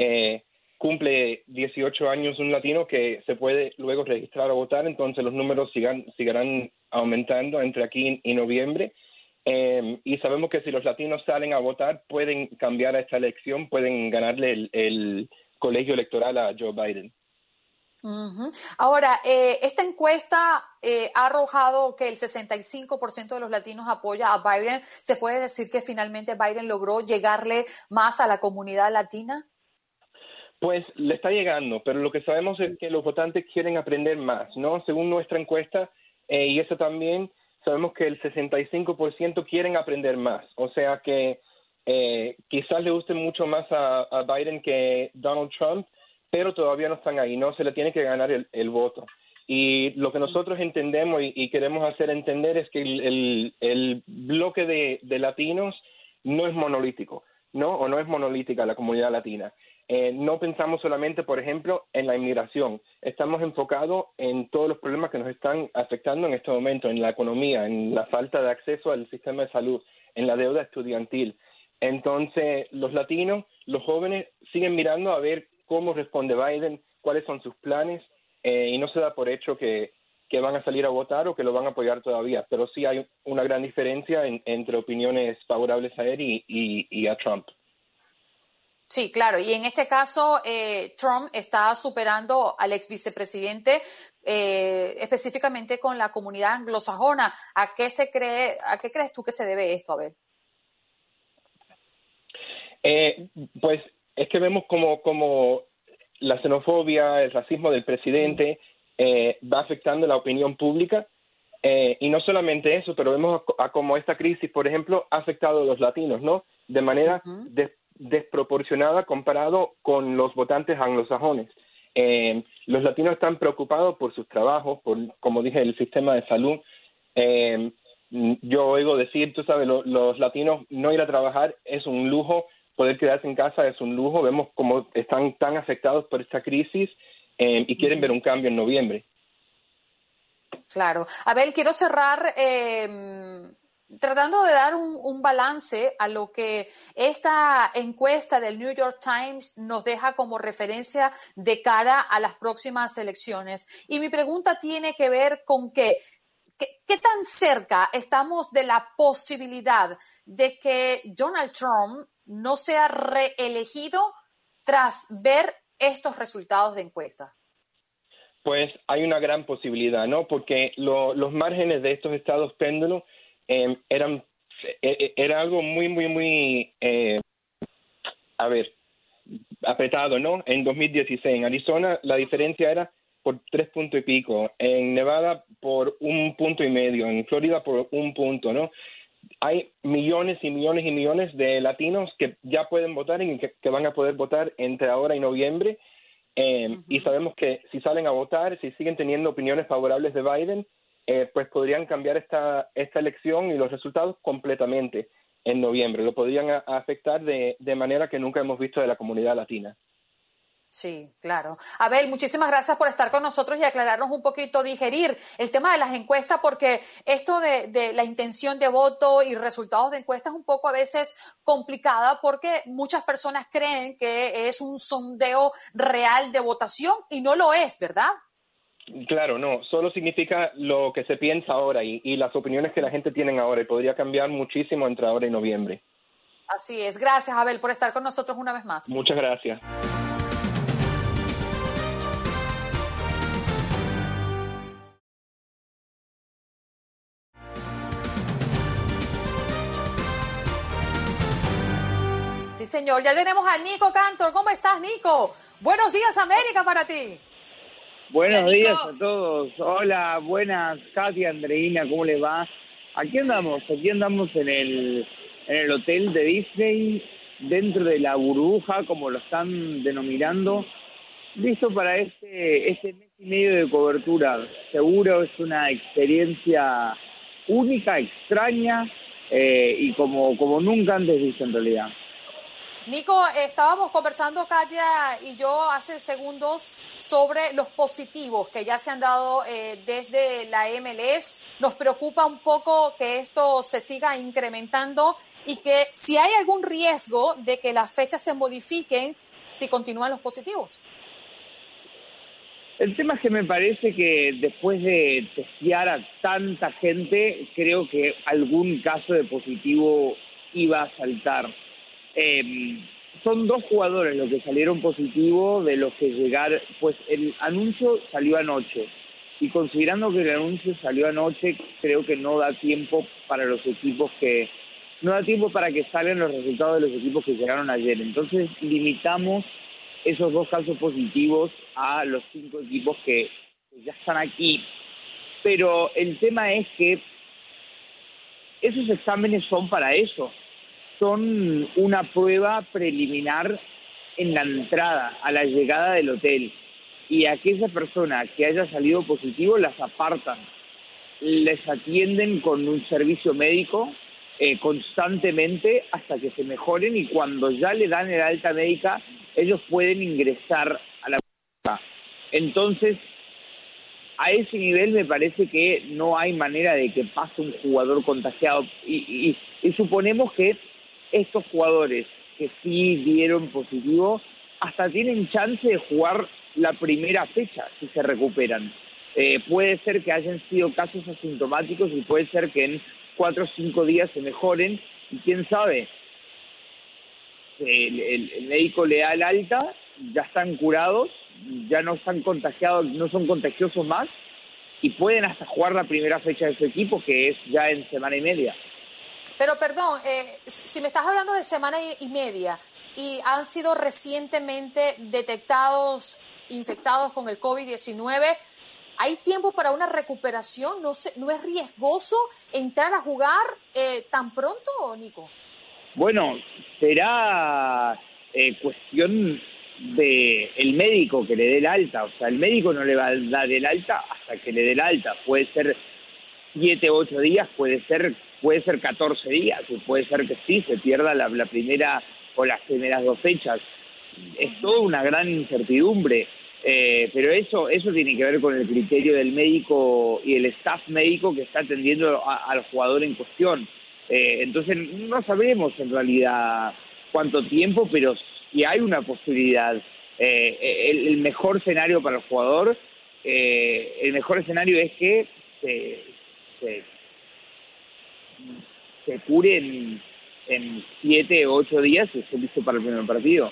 cumple 18 años un latino que se puede luego registrar a votar, entonces los números seguirán aumentando entre aquí y noviembre. Y sabemos que si los latinos salen a votar, pueden cambiar a esta elección, pueden ganarle el colegio electoral a Joe Biden. Uh-huh. Ahora, esta encuesta ha arrojado que el 65% de los latinos apoya a Biden. ¿Se puede decir que finalmente Biden logró llegarle más a la comunidad latina? Pues le está llegando, pero lo que sabemos es que los votantes quieren aprender más, ¿no? Según nuestra encuesta, y eso también, sabemos que el 65% quieren aprender más. O sea que quizás le guste mucho más a Biden que Donald Trump, pero todavía no están ahí, no se le tiene que ganar el voto. Y lo que nosotros entendemos y queremos hacer entender es que el bloque de latinos no es monolítico, ¿no? O no es monolítica la comunidad latina. No pensamos solamente, por ejemplo, en la inmigración. Estamos enfocados en todos los problemas que nos están afectando en este momento, en la economía, en la falta de acceso al sistema de salud, en la deuda estudiantil. Entonces, los latinos, los jóvenes, siguen mirando a ver cómo responde Biden, cuáles son sus planes, y no se da por hecho que van a salir a votar o que lo van a apoyar todavía. Pero sí hay una gran diferencia entre opiniones favorables a él y a Trump. Sí, claro. Y en este caso, Trump está superando al ex vicepresidente, específicamente con la comunidad anglosajona. ¿A qué crees tú que se debe esto, Abel? Pues es que vemos como la xenofobia, el racismo del presidente va afectando la opinión pública. Y no solamente eso, pero vemos a cómo esta crisis, por ejemplo, ha afectado a los latinos, ¿no? De manera desproporcionada comparado con los votantes anglosajones. Los latinos están preocupados por sus trabajos, por, como dije, el sistema de salud. Yo oigo decir, tú sabes, los latinos no ir a trabajar es un lujo, poder quedarse en casa es un lujo. Vemos cómo están tan afectados por esta crisis y quieren ver un cambio en noviembre. Claro. Abel, quiero cerrar tratando de dar un balance a lo que esta encuesta del New York Times nos deja como referencia de cara a las próximas elecciones. Y mi pregunta tiene que ver con ¿qué tan cerca estamos de la posibilidad de que Donald Trump no sea reelegido tras ver estos resultados de encuesta? Pues hay una gran posibilidad, ¿no? Porque los márgenes de estos estados péndulos era algo muy apretado, ¿no? En 2016 en Arizona la diferencia era por 3 puntos y pico, en Nevada por 1,5 puntos, en Florida por 1 punto, ¿no? Hay millones y millones y millones de latinos que ya pueden votar y que van a poder votar entre ahora y noviembre, y sabemos que si salen a votar, si siguen teniendo opiniones favorables de Biden, pues podrían cambiar esta elección y los resultados completamente en noviembre. Lo podrían afectar de manera que nunca hemos visto de la comunidad latina. Sí, claro. Abel, muchísimas gracias por estar con nosotros y aclararnos un poquito, digerir el tema de las encuestas, porque esto de la intención de voto y resultados de encuestas es un poco a veces complicada porque muchas personas creen que es un sondeo real de votación y no lo es, ¿verdad? Claro, no, solo significa lo que se piensa ahora y las opiniones que la gente tiene ahora, y podría cambiar muchísimo entre ahora y noviembre. Así es. Gracias, Abel, por estar con nosotros una vez más. Muchas gracias. Sí, señor. Ya tenemos a Nico Cantor. ¿Cómo estás, Nico? Buenos días, América, para ti. Buenos días a todos. Hola, buenas, Katia, Andreina, ¿cómo les va? Aquí andamos en el hotel de Disney, dentro de la burbuja, como lo están denominando, listo para este mes y medio de cobertura. Seguro es una experiencia única, extraña y como nunca antes visto en realidad. Nico, estábamos conversando, Katia y yo, hace segundos sobre los positivos que ya se han dado desde la MLS. Nos preocupa un poco que esto se siga incrementando y que si hay algún riesgo de que las fechas se modifiquen si continúan los positivos. El tema es que me parece que después de testear a tanta gente, creo que algún caso de positivo iba a saltar. Son 2 jugadores los que salieron positivos, de los que llegaron, pues el anuncio salió anoche, y considerando que el anuncio salió anoche, creo que no da tiempo para los equipos no da tiempo para que salgan los resultados de los equipos que llegaron ayer. Entonces limitamos esos 2 casos positivos a los 5 equipos que ya están aquí. Pero el tema es que esos exámenes son para eso. Son una prueba preliminar en la entrada, a la llegada del hotel. Y a aquella persona que haya salido positivo las apartan. Les atienden con un servicio médico constantemente hasta que se mejoren, y cuando ya le dan el alta médica, ellos pueden ingresar a la casa. Entonces, a ese nivel me parece que no hay manera de que pase un jugador contagiado. Y suponemos que estos jugadores que sí dieron positivo hasta tienen chance de jugar la primera fecha si se recuperan. Puede ser que hayan sido casos asintomáticos y puede ser que en 4 o 5 días se mejoren, y quién sabe, el médico le da el alta, ya están curados, ya no están contagiados, no son contagiosos más, y pueden hasta jugar la primera fecha de su equipo, que es ya en semana y media. Pero perdón, si me estás hablando de semana y media y han sido recientemente detectados infectados con el COVID-19, ¿hay tiempo para una recuperación? ¿No es riesgoso entrar a jugar tan pronto, Nico? Bueno, será cuestión de el médico que le dé el alta. O sea, el médico no le va a dar el alta hasta que le dé el alta. Puede ser 7, 8 días, puede ser 14 días, y puede ser que sí, se pierda la primera o las primeras 2 fechas. Es toda una gran incertidumbre. Pero eso tiene que ver con el criterio del médico y el staff médico que está atendiendo al jugador en cuestión. Entonces no sabemos en realidad cuánto tiempo, pero si hay una posibilidad. El mejor escenario para el jugador, el mejor escenario es que se cure en 7 o 8 días y esté listo para el primer partido.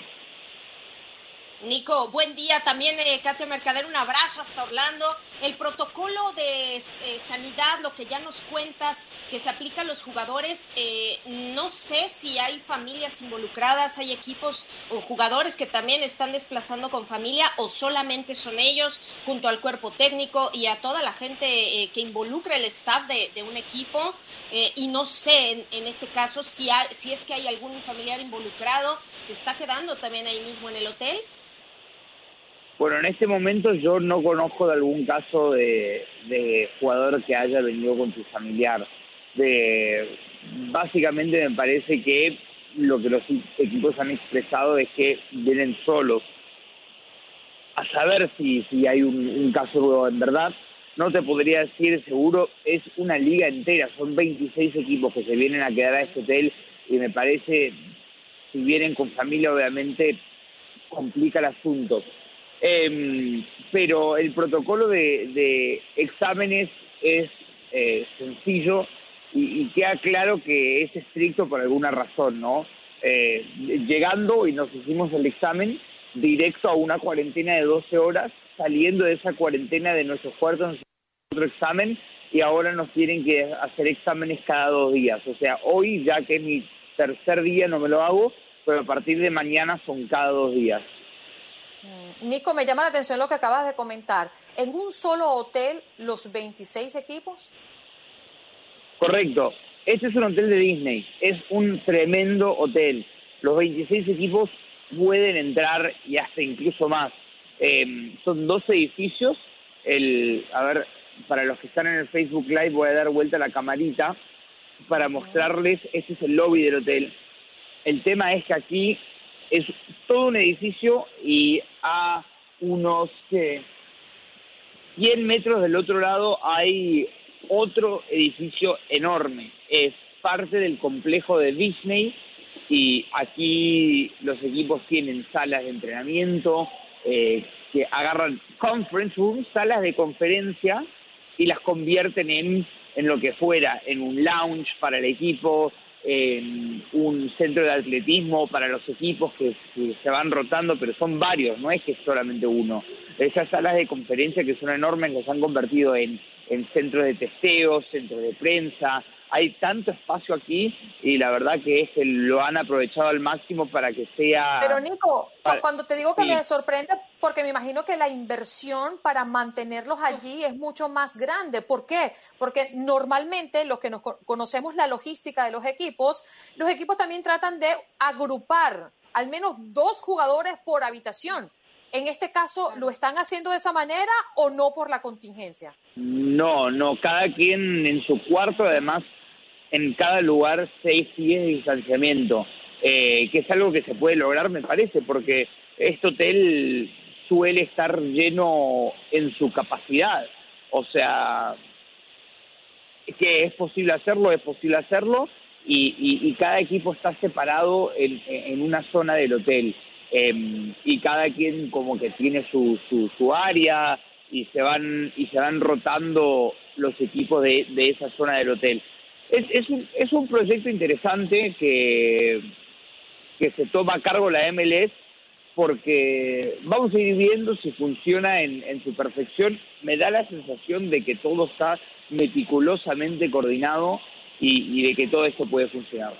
Nico, buen día. También, Katia Mercader, un abrazo hasta Orlando. El protocolo de sanidad, lo que ya nos cuentas, que se aplica a los jugadores, no sé si hay familias involucradas, hay equipos o jugadores que también están desplazando con familia, o solamente son ellos, junto al cuerpo técnico y a toda la gente que involucra el staff de un equipo. Y no sé, en este caso, si es que hay algún familiar involucrado, ¿se está quedando también ahí mismo en el hotel? Bueno, en este momento yo no conozco de algún caso de jugador que haya venido con su familiar. Básicamente me parece que lo que los equipos han expresado es que vienen solos. A saber si hay un caso en verdad, no te podría decir seguro. Es una liga entera, son 26 equipos que se vienen a quedar a este hotel, y me parece, si vienen con familia, obviamente complica el asunto. Pero el protocolo de exámenes es sencillo y queda claro que es estricto por alguna razón, ¿no? Llegando, y nos hicimos el examen directo a una cuarentena de 12 horas, saliendo de esa cuarentena de nuestros cuartos, otro examen, y ahora nos tienen que hacer exámenes cada 2 días. O sea, hoy, ya que es mi tercer día, no me lo hago, pero a partir de mañana son cada 2 días. Nico, me llama la atención lo que acabas de comentar. ¿En un solo hotel los 26 equipos? Correcto. Este es un hotel de Disney. Es un tremendo hotel. Los 26 equipos pueden entrar y hasta incluso más. Son 2 edificios. A ver, para los que están en el Facebook Live voy a dar vuelta a la camarita para mostrarles. Este es el lobby del hotel. El tema es que aquí es todo un edificio, y a unos 100 metros del otro lado hay otro edificio enorme. Es parte del complejo de Disney, y aquí los equipos tienen salas de entrenamiento, que agarran conference rooms, salas de conferencia, y las convierten en lo que fuera, en un lounge para el equipo, en un centro de atletismo para los equipos que se van rotando, pero son varios, no es que es solamente uno. Esas salas de conferencia, que son enormes, las han convertido en centros de testeo, centros de prensa, hay tanto espacio aquí y la verdad que es que lo han aprovechado al máximo para que sea... Pero Nico, cuando te digo que me sorprende, porque me imagino que la inversión para mantenerlos allí es mucho más grande. ¿Por qué? Porque normalmente los que nos conocemos la logística de los equipos también tratan de agrupar al menos 2 jugadores por habitación. ¿En este caso lo están haciendo de esa manera o no por la contingencia? No, cada quien en su cuarto, además en cada lugar 6 pies de distanciamiento, que es algo que se puede lograr, me parece, porque este hotel suele estar lleno en su capacidad. O sea, que es posible hacerlo y cada equipo está separado en una zona del hotel. Y cada quien como que tiene su área y se van rotando los equipos de esa zona del hotel. Es un proyecto interesante que se toma a cargo la MLS, porque vamos a ir viendo si funciona en su perfección. Me da la sensación de que todo está meticulosamente coordinado y de que todo esto puede funcionar.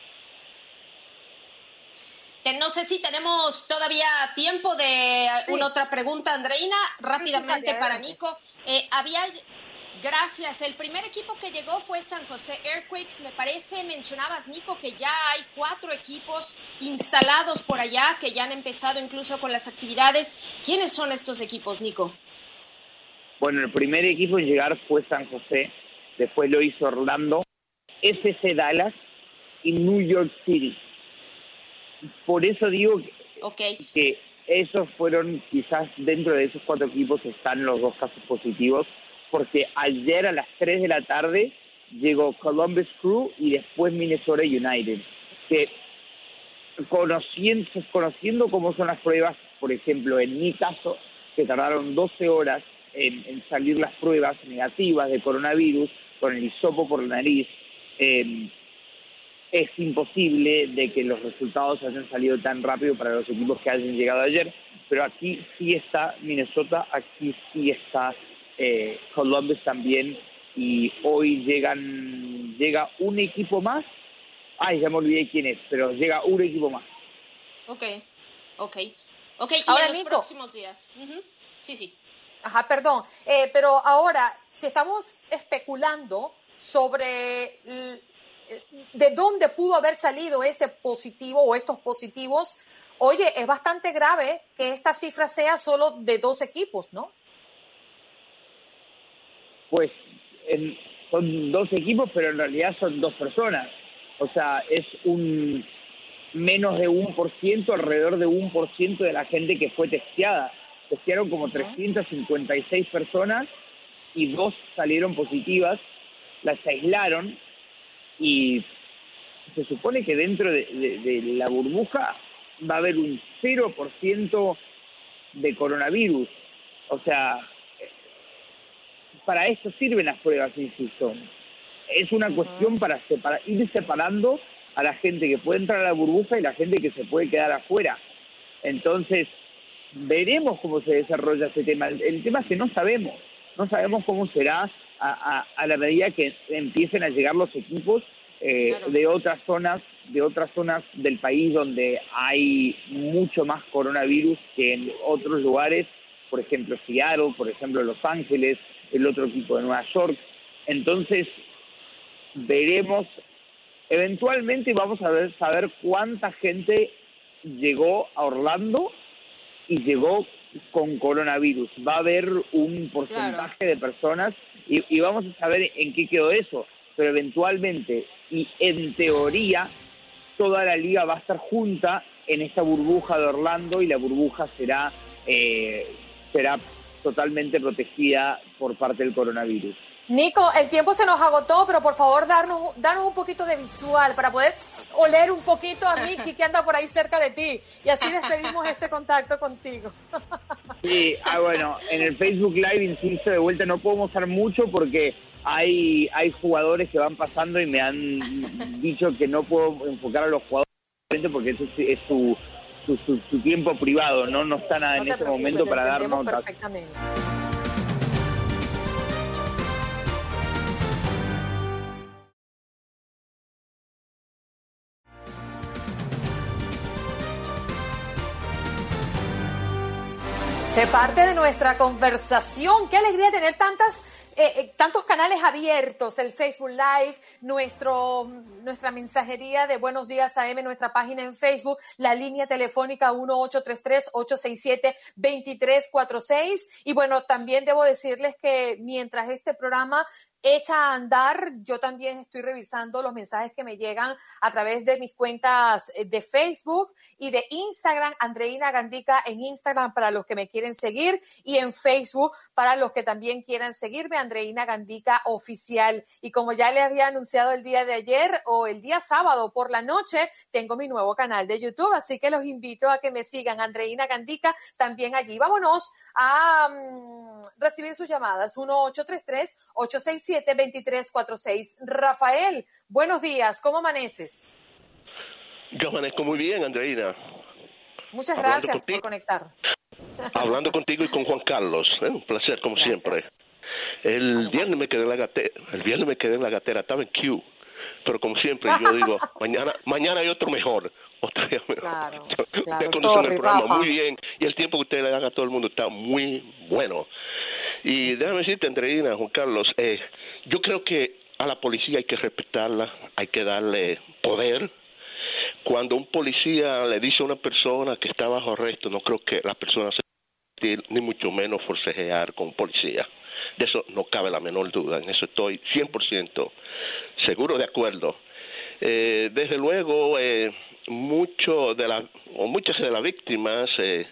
No sé si tenemos todavía tiempo de una otra pregunta, Andreina, rápidamente para Nico. Gracias. El primer equipo que llegó fue San José Earthquakes. Me parece, mencionabas, Nico, que ya hay 4 equipos instalados por allá, que ya han empezado incluso con las actividades. ¿Quiénes son estos equipos, Nico? Bueno, el primer equipo en llegar fue San José, después lo hizo Orlando, FC Dallas y New York City. Por eso digo que esos fueron, quizás dentro de esos 4 equipos están los 2 casos positivos, porque ayer a las 3 de la tarde llegó Columbus Crew y después Minnesota United, que conociendo cómo son las pruebas, por ejemplo, en mi caso, que tardaron 12 horas en salir las pruebas negativas de coronavirus, con el hisopo por la nariz, es imposible de que los resultados hayan salido tan rápido para los equipos que hayan llegado ayer, pero aquí sí está Minnesota, aquí sí está Columbus también, y hoy llega un equipo más. Ay, ya me olvidé quién es, pero llega un equipo más. Ok, y ahora, en los Nico, próximos días. Sí. Ajá, perdón, pero ahora, si estamos especulando sobre de dónde pudo haber salido este positivo o estos positivos, oye, es bastante grave que esta cifra sea solo de 2 equipos, ¿no? Pues son 2 equipos, pero en realidad son 2 personas. O sea, es un menos de 1%, alrededor de 1% de la gente que fue testeada. Testearon como 356 personas y 2 salieron positivas, las aislaron y se supone que dentro de la burbuja va a haber un 0% de coronavirus. O sea, para eso sirven las pruebas, insisto. Es una cuestión para ir separando a la gente que puede entrar a la burbuja y la gente que se puede quedar afuera. Entonces, veremos cómo se desarrolla ese tema. El tema es que no sabemos cómo será a la medida que empiecen a llegar los equipos de otras zonas del país donde hay mucho más coronavirus que en otros lugares, por ejemplo Seattle, por ejemplo Los Ángeles, el otro equipo de Nueva York. Entonces veremos, eventualmente vamos a saber cuánta gente llegó a Orlando y llegó con coronavirus. Va a haber un porcentaje de personas y vamos a saber en qué quedó eso, pero eventualmente y en teoría toda la liga va a estar junta en esta burbuja de Orlando y la burbuja será totalmente protegida por parte del coronavirus. Nico, el tiempo se nos agotó, pero por favor danos un poquito de visual para poder oler un poquito a Miki que anda por ahí cerca de ti y así despedimos este contacto contigo. Sí, bueno, en el Facebook Live, insisto, de vuelta no puedo mostrar mucho porque hay jugadores que van pasando y me han dicho que no puedo enfocar a los jugadores porque eso es su tiempo privado, no está nada en ese momento para dar notas. Perfectamente. Sé parte de nuestra conversación. Qué alegría tener tantos canales abiertos, el Facebook Live, nuestra mensajería de Buenos Días AM, nuestra página en Facebook, la línea telefónica 1-833-867-2346. Y bueno, también debo decirles que mientras este programa echa a andar, yo también estoy revisando los mensajes que me llegan a través de mis cuentas de Facebook y de Instagram, Andreina Gandica en Instagram para los que me quieren seguir, y en Facebook para los que también quieran seguirme, Andreina Gandica Oficial. Y como ya les había anunciado el día de ayer o el día sábado por la noche, tengo mi nuevo canal de YouTube, así que los invito a que me sigan, Andreina Gandica, también allí. Vámonos a recibir sus llamadas, 1-833-867-2346. Rafael, buenos días, ¿cómo amaneces? Yo amanezco muy bien, Andreina. Muchas gracias por conectar. Hablando contigo y con Juan Carlos, un placer como siempre. El viernes me quedé en la gatera, estaba en Q, pero como siempre yo digo, mañana hay otro mejor. Otro día mejor. Claro. Ustedes conocen el programa muy bien y el tiempo que ustedes le dan a todo el mundo está muy bueno. Y déjame decirte, Andreina, Juan Carlos, yo creo que a la policía hay que respetarla, hay que darle poder. Cuando un policía le dice a una persona que está bajo arresto, no creo que la persona se ni mucho menos forcejear con policía. De eso no cabe la menor duda, en eso estoy 100% seguro de acuerdo. Desde luego, muchas de las víctimas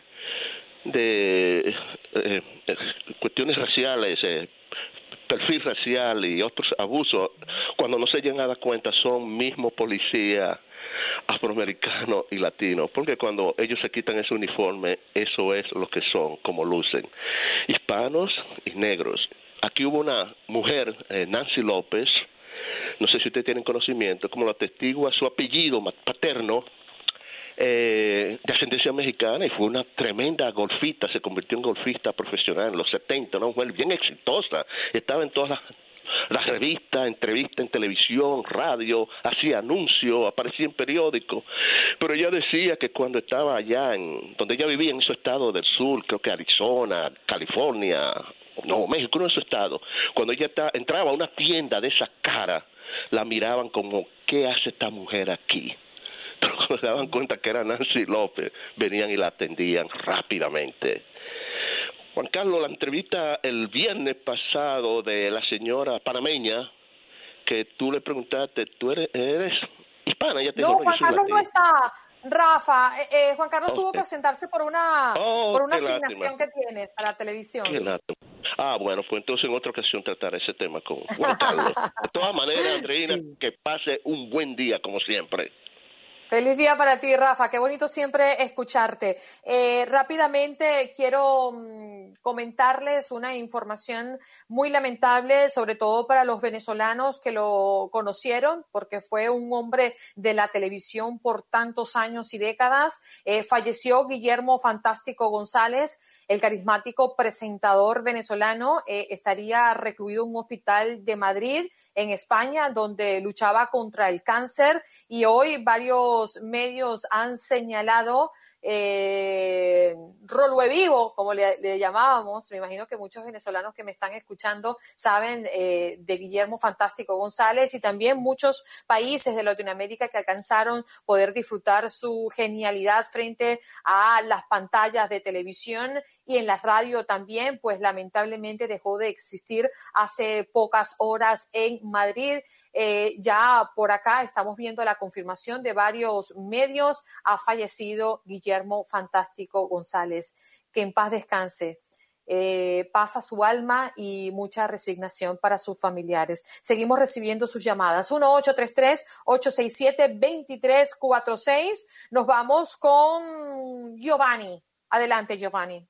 de cuestiones raciales, perfil racial y otros abusos, cuando no se llegan a dar cuenta, son mismos policías afroamericanos y latinos, porque cuando ellos se quitan ese uniforme, eso es lo que son, como lucen, hispanos y negros. Aquí hubo una mujer, Nancy López, no sé si ustedes tienen conocimiento, como la atestigua su apellido paterno, de ascendencia mexicana, y fue una tremenda golfista, se convirtió en golfista profesional en los 70, una mujer bien exitosa, estaba en todas las revistas, entrevistas en televisión, radio, hacía anuncios, aparecía en periódicos, pero ella decía que cuando estaba allá donde ella vivía en esos estados del sur, creo que Arizona, California, no, México, no, en esos estados, cuando ella entraba a una tienda de esa cara, la miraban como, ¿qué hace esta mujer aquí? Pero cuando se daban cuenta que era Nancy López, venían y la atendían rápidamente. Juan Carlos, la entrevista el viernes pasado de la señora panameña, que tú le preguntaste, ¿tú eres hispana? Ella te dijo, Juan Carlos no está, Rafa. Juan Carlos tuvo que ausentarse por una asignación que tiene para la televisión. Qué lástima. Bueno, pues entonces en otra ocasión trataré ese tema con Juan Carlos. De todas maneras, Andreina, que pase un buen día, como siempre. Feliz día para ti, Rafa. Qué bonito siempre escucharte. Rápidamente quiero comentarles una información muy lamentable, sobre todo para los venezolanos que lo conocieron, porque fue un hombre de la televisión por tantos años y décadas. Falleció Guillermo Fantástico González. El carismático presentador venezolano estaría recluido en un hospital de Madrid, en España, donde luchaba contra el cáncer, y hoy varios medios han señalado Rolue Vivo, como le llamábamos. Me imagino que muchos venezolanos que me están escuchando saben de Guillermo Fantástico González, y también muchos países de Latinoamérica que alcanzaron poder disfrutar su genialidad frente a las pantallas de televisión y en la radio también, pues lamentablemente dejó de existir hace pocas horas en Madrid. Ya por acá estamos viendo la confirmación de varios medios. Ha fallecido Guillermo Fantástico González. Que en paz descanse. Pasa su alma y mucha resignación para sus familiares. Seguimos recibiendo sus llamadas. 1-833-867-2346. Nos vamos con Giovanni. Adelante, Giovanni.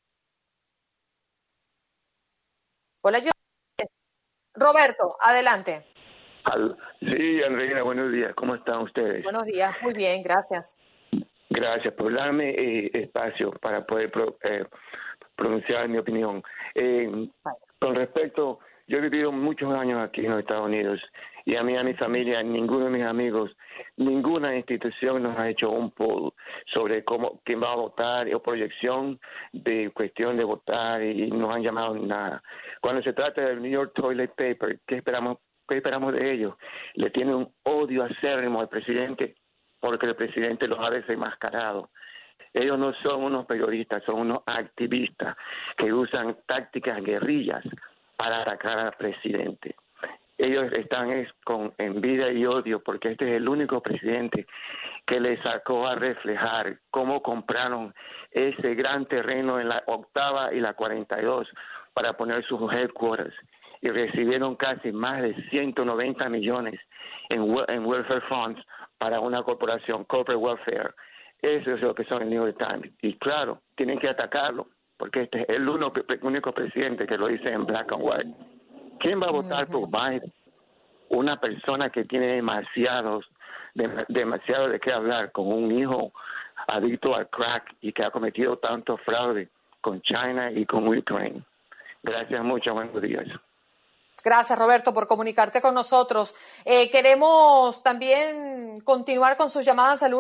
Hola, Giovanni. Roberto, adelante. Sí, Andreina, buenos días. ¿Cómo están ustedes? Buenos días, muy bien, gracias. Gracias por darme espacio para poder pronunciar mi opinión. Con respecto, yo he vivido muchos años aquí en los Estados Unidos, y a mí, a mi familia, ninguno de mis amigos ninguna institución nos ha hecho un poll sobre quién va a votar o proyección de cuestión de votar y nos han llamado nada. Cuando se trata del New York Toilet Paper, ¿qué esperamos de ellos? Le tienen un odio acérrimo al presidente porque el presidente los ha desenmascarado. Ellos no son unos periodistas, son unos activistas que usan tácticas guerrillas para atacar al presidente. Ellos están con envidia y odio porque este es el único presidente que les sacó a reflejar cómo compraron ese gran terreno en la 8ª y la 42 para poner sus headquarters y recibieron casi más de 190 millones en welfare funds para una corporación, corporate welfare. Eso es lo que son el New York Times. Y claro, tienen que atacarlo porque este es el único presidente que lo dice en black and white. ¿Quién va a votar por Biden? Una persona que tiene demasiado de qué hablar, con un hijo adicto al crack y que ha cometido tanto fraude con China y con Ucrania. Gracias mucho, buenos días. Gracias, Roberto, por comunicarte con nosotros. Queremos también continuar con sus llamadas al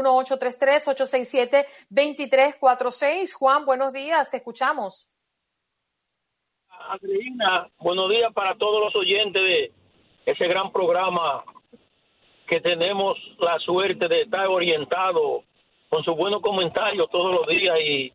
1-833-867-2346. Juan, buenos días, te escuchamos. Andreina, buenos días para todos los oyentes de ese gran programa que tenemos la suerte de estar orientado con sus buenos comentarios todos los días y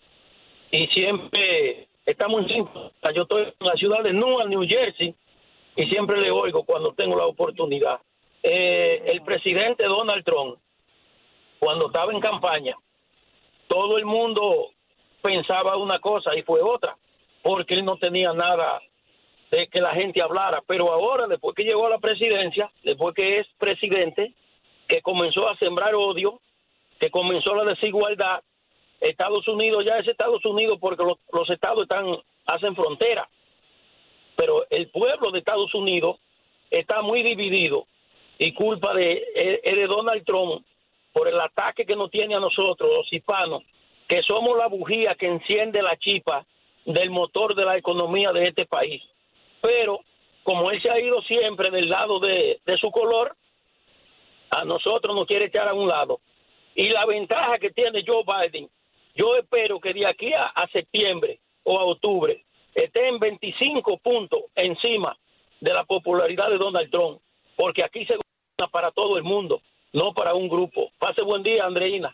siempre estamos en sintonía. Yo estoy en la ciudad de Newark, New Jersey, y siempre le oigo cuando tengo la oportunidad. El presidente Donald Trump, cuando estaba en campaña, todo el mundo pensaba una cosa y fue otra, porque él no tenía nada de que la gente hablara. Pero ahora, después que llegó a la presidencia, después que es presidente, que comenzó a sembrar odio, que comenzó la desigualdad, Estados Unidos ya es Estados Unidos porque los estados hacen frontera. Pero el pueblo de Estados Unidos está muy dividido y culpa de Donald Trump por el ataque que nos tiene a nosotros, los hispanos, que somos la bujía que enciende la chispa del motor de la economía de este país. Pero como él se ha ido siempre del lado de su color, a nosotros nos quiere echar a un lado. Y la ventaja que tiene Joe Biden, yo espero que de aquí a septiembre o a octubre esté en 25 puntos encima de la popularidad de Donald Trump, porque aquí se gobierna para todo el mundo, no para un grupo. Pase buen día, Andreina.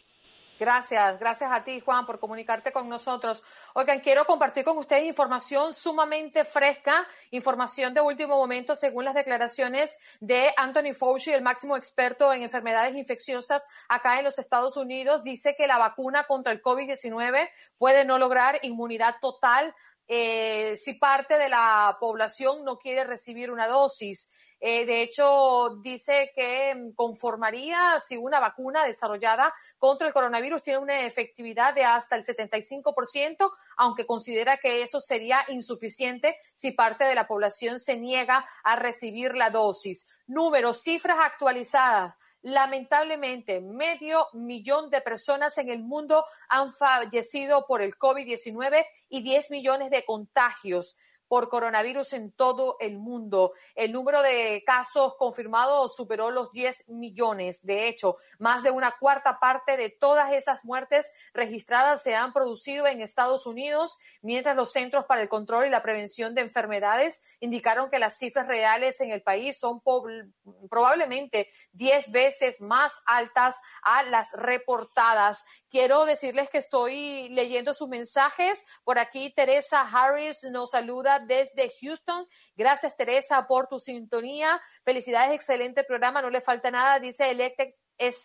Gracias a ti, Juan, por comunicarte con nosotros. Oigan, quiero compartir con ustedes información sumamente fresca, información de último momento, según las declaraciones de Anthony Fauci, el máximo experto en enfermedades infecciosas acá en los Estados Unidos. Dice que la vacuna contra el COVID-19 puede no lograr inmunidad total si parte de la población no quiere recibir una dosis. De hecho, dice que conformaría si una vacuna desarrollada contra el coronavirus tiene una efectividad de hasta el 75%, aunque considera que eso sería insuficiente si parte de la población se niega a recibir la dosis. Números, cifras actualizadas. Lamentablemente, 500,000 de personas en el mundo han fallecido por el COVID-19 y 10 millones de contagios por coronavirus en todo el mundo. El número de casos confirmados superó los 10 millones. De hecho, más de una cuarta parte de todas esas muertes registradas se han producido en Estados Unidos, mientras los Centros para el Control y la Prevención de Enfermedades indicaron que las cifras reales en el país son probablemente 10 veces más altas a las reportadas. Quiero decirles que estoy leyendo sus mensajes. Por aquí Teresa Harris nos saluda desde Houston. Gracias, Teresa, por tu sintonía. Felicidades, excelente programa, no le falta nada, dice Electric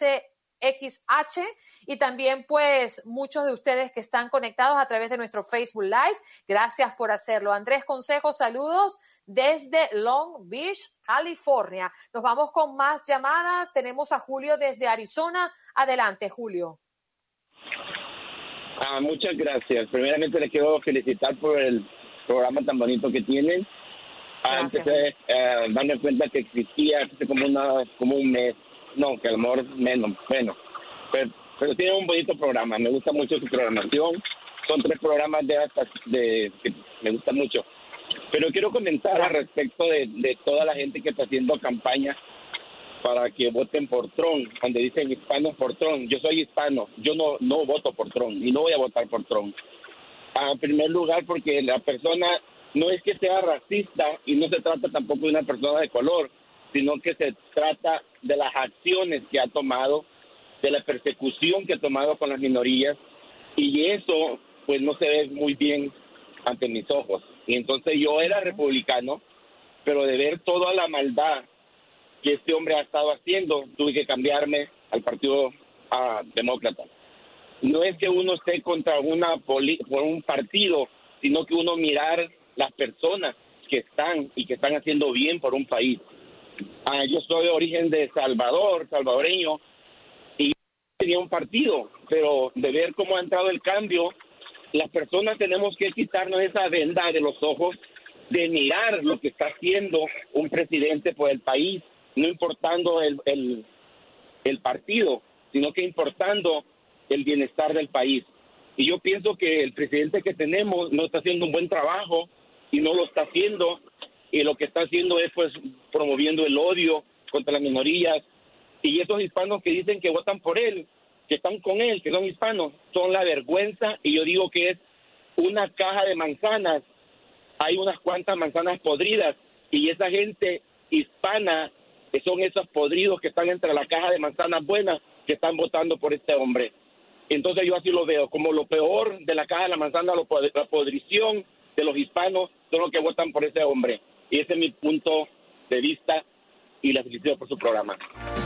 SXH. Y también, pues, muchos de ustedes que están conectados a través de nuestro Facebook Live, gracias por hacerlo. Andrés Consejo, saludos desde Long Beach, California. Nos vamos con más llamadas. Tenemos a Julio desde Arizona. Adelante, Julio. Muchas gracias. Primeramente les quiero felicitar por el programa tan bonito que tienen. Empecé a darme cuenta que existía hace como un mes, no, que a lo mejor menos, pero tienen un bonito programa, me gusta mucho su programación, son 3 programas que me gustan mucho, pero quiero comentar al respecto de toda la gente que está haciendo campaña para que voten por Trump, donde dicen hispanos por Trump. Yo soy hispano, yo no voto por Trump y no voy a votar por Trump. En primer lugar, porque la persona no es que sea racista y no se trata tampoco de una persona de color, sino que se trata de las acciones que ha tomado, de la persecución que ha tomado con las minorías, y eso pues no se ve muy bien ante mis ojos. Y entonces yo era republicano, pero de ver toda la maldad que este hombre ha estado haciendo, tuve que cambiarme al Partido Demócrata. No es que uno esté contra por un partido, sino que uno mirar las personas que están haciendo bien por un país. Yo soy de origen de salvadoreño, y tenía un partido, pero de ver cómo ha entrado el cambio, las personas tenemos que quitarnos esa venda de los ojos de mirar lo que está haciendo un presidente por el país, no importando el partido, sino que importando el bienestar del país. Y yo pienso que el presidente que tenemos no está haciendo un buen trabajo y no lo está haciendo, y lo que está haciendo es pues promoviendo el odio contra las minorías. Y esos hispanos que dicen que votan por él, que están con él, que son hispanos, son la vergüenza. Y yo digo que es una caja de manzanas, hay unas cuantas manzanas podridas, y esa gente hispana son esos podridos que están entre la caja de manzanas buenas, que están votando por este hombre. Entonces yo así lo veo, como lo peor de la caja de la manzana, la podrición de los hispanos son los que votan por ese hombre. Y ese es mi punto de vista, y la felicito por su programa.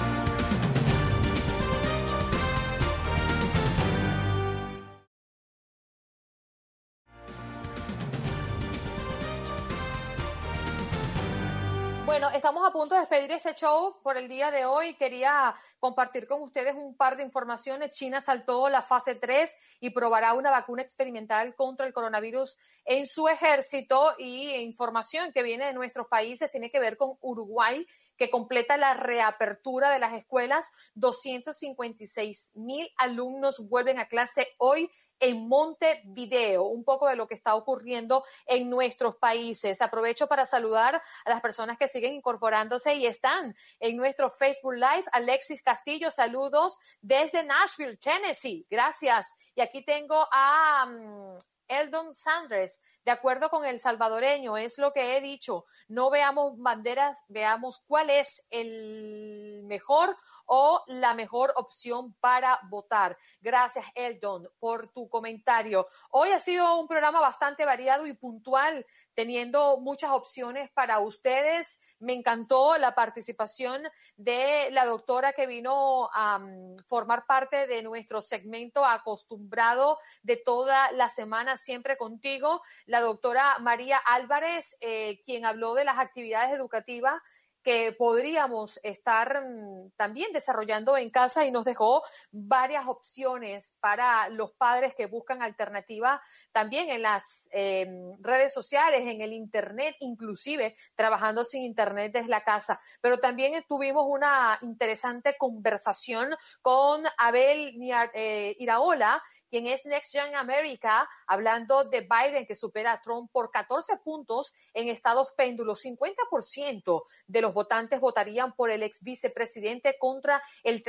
Bueno, estamos a punto de despedir este show por el día de hoy. Quería compartir con ustedes un par de informaciones. China saltó la fase 3 y probará una vacuna experimental contra el coronavirus en su ejército. Y información que viene de nuestros países tiene que ver con Uruguay, que completa la reapertura de las escuelas. 256,000 alumnos vuelven a clase hoy en Montevideo. Un poco de lo que está ocurriendo en nuestros países. Aprovecho para saludar a las personas que siguen incorporándose y están en nuestro Facebook Live. Alexis Castillo, saludos desde Nashville, Tennessee. Gracias. Y aquí tengo a Eldon Sanders. De acuerdo con el salvadoreño, es lo que he dicho. No veamos banderas, veamos cuál es el mejor o la mejor opción para votar. Gracias, Eldon, por tu comentario. Hoy ha sido un programa bastante variado y puntual, teniendo muchas opciones para ustedes. Me encantó la participación de la doctora que vino a formar parte de nuestro segmento acostumbrado de toda la semana, siempre contigo, la doctora María Álvarez, quien habló de las actividades educativas que podríamos estar también desarrollando en casa, y nos dejó varias opciones para los padres que buscan alternativas también en las redes sociales, en el internet, inclusive trabajando sin internet desde la casa. Pero también tuvimos una interesante conversación con Abel Iraola, quien es Next Gen America, hablando de Biden, que supera a Trump por 14 puntos en estados péndulos. 50% de los votantes votarían por el ex vicepresidente contra el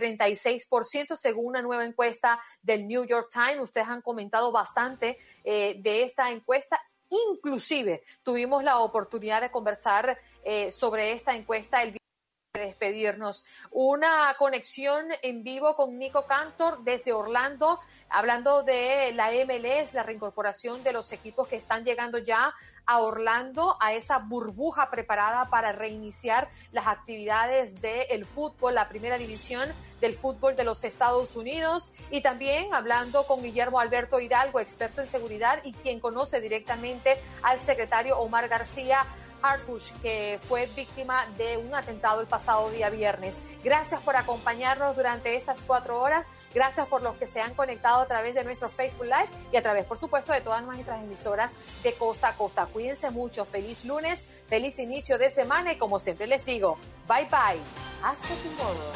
36%, según una nueva encuesta del New York Times. Ustedes han comentado bastante de esta encuesta. Inclusive tuvimos la oportunidad de conversar sobre esta encuesta el de despedirnos. Una conexión en vivo con Nico Cantor desde Orlando, hablando de la MLS, la reincorporación de los equipos que están llegando ya a Orlando, a esa burbuja preparada para reiniciar las actividades del fútbol, la primera división del fútbol de los Estados Unidos. Y también hablando con Guillermo Alberto Hidalgo, experto en seguridad y quien conoce directamente al secretario Omar García Harfuch, que fue víctima de un atentado el pasado día viernes. Gracias por acompañarnos durante estas 4 horas. Gracias por los que se han conectado a través de nuestro Facebook Live y a través, por supuesto, de todas nuestras emisoras de costa a costa. Cuídense mucho. Feliz lunes, feliz inicio de semana y, como siempre les digo, bye bye. Hasta tomorrow.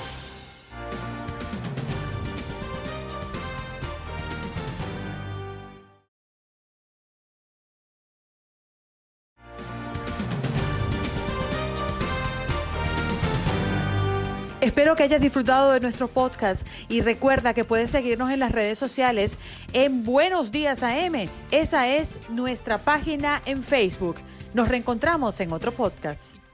Espero que hayas disfrutado de nuestro podcast y recuerda que puedes seguirnos en las redes sociales en Buenos Días AM. Esa es nuestra página en Facebook. Nos reencontramos en otro podcast.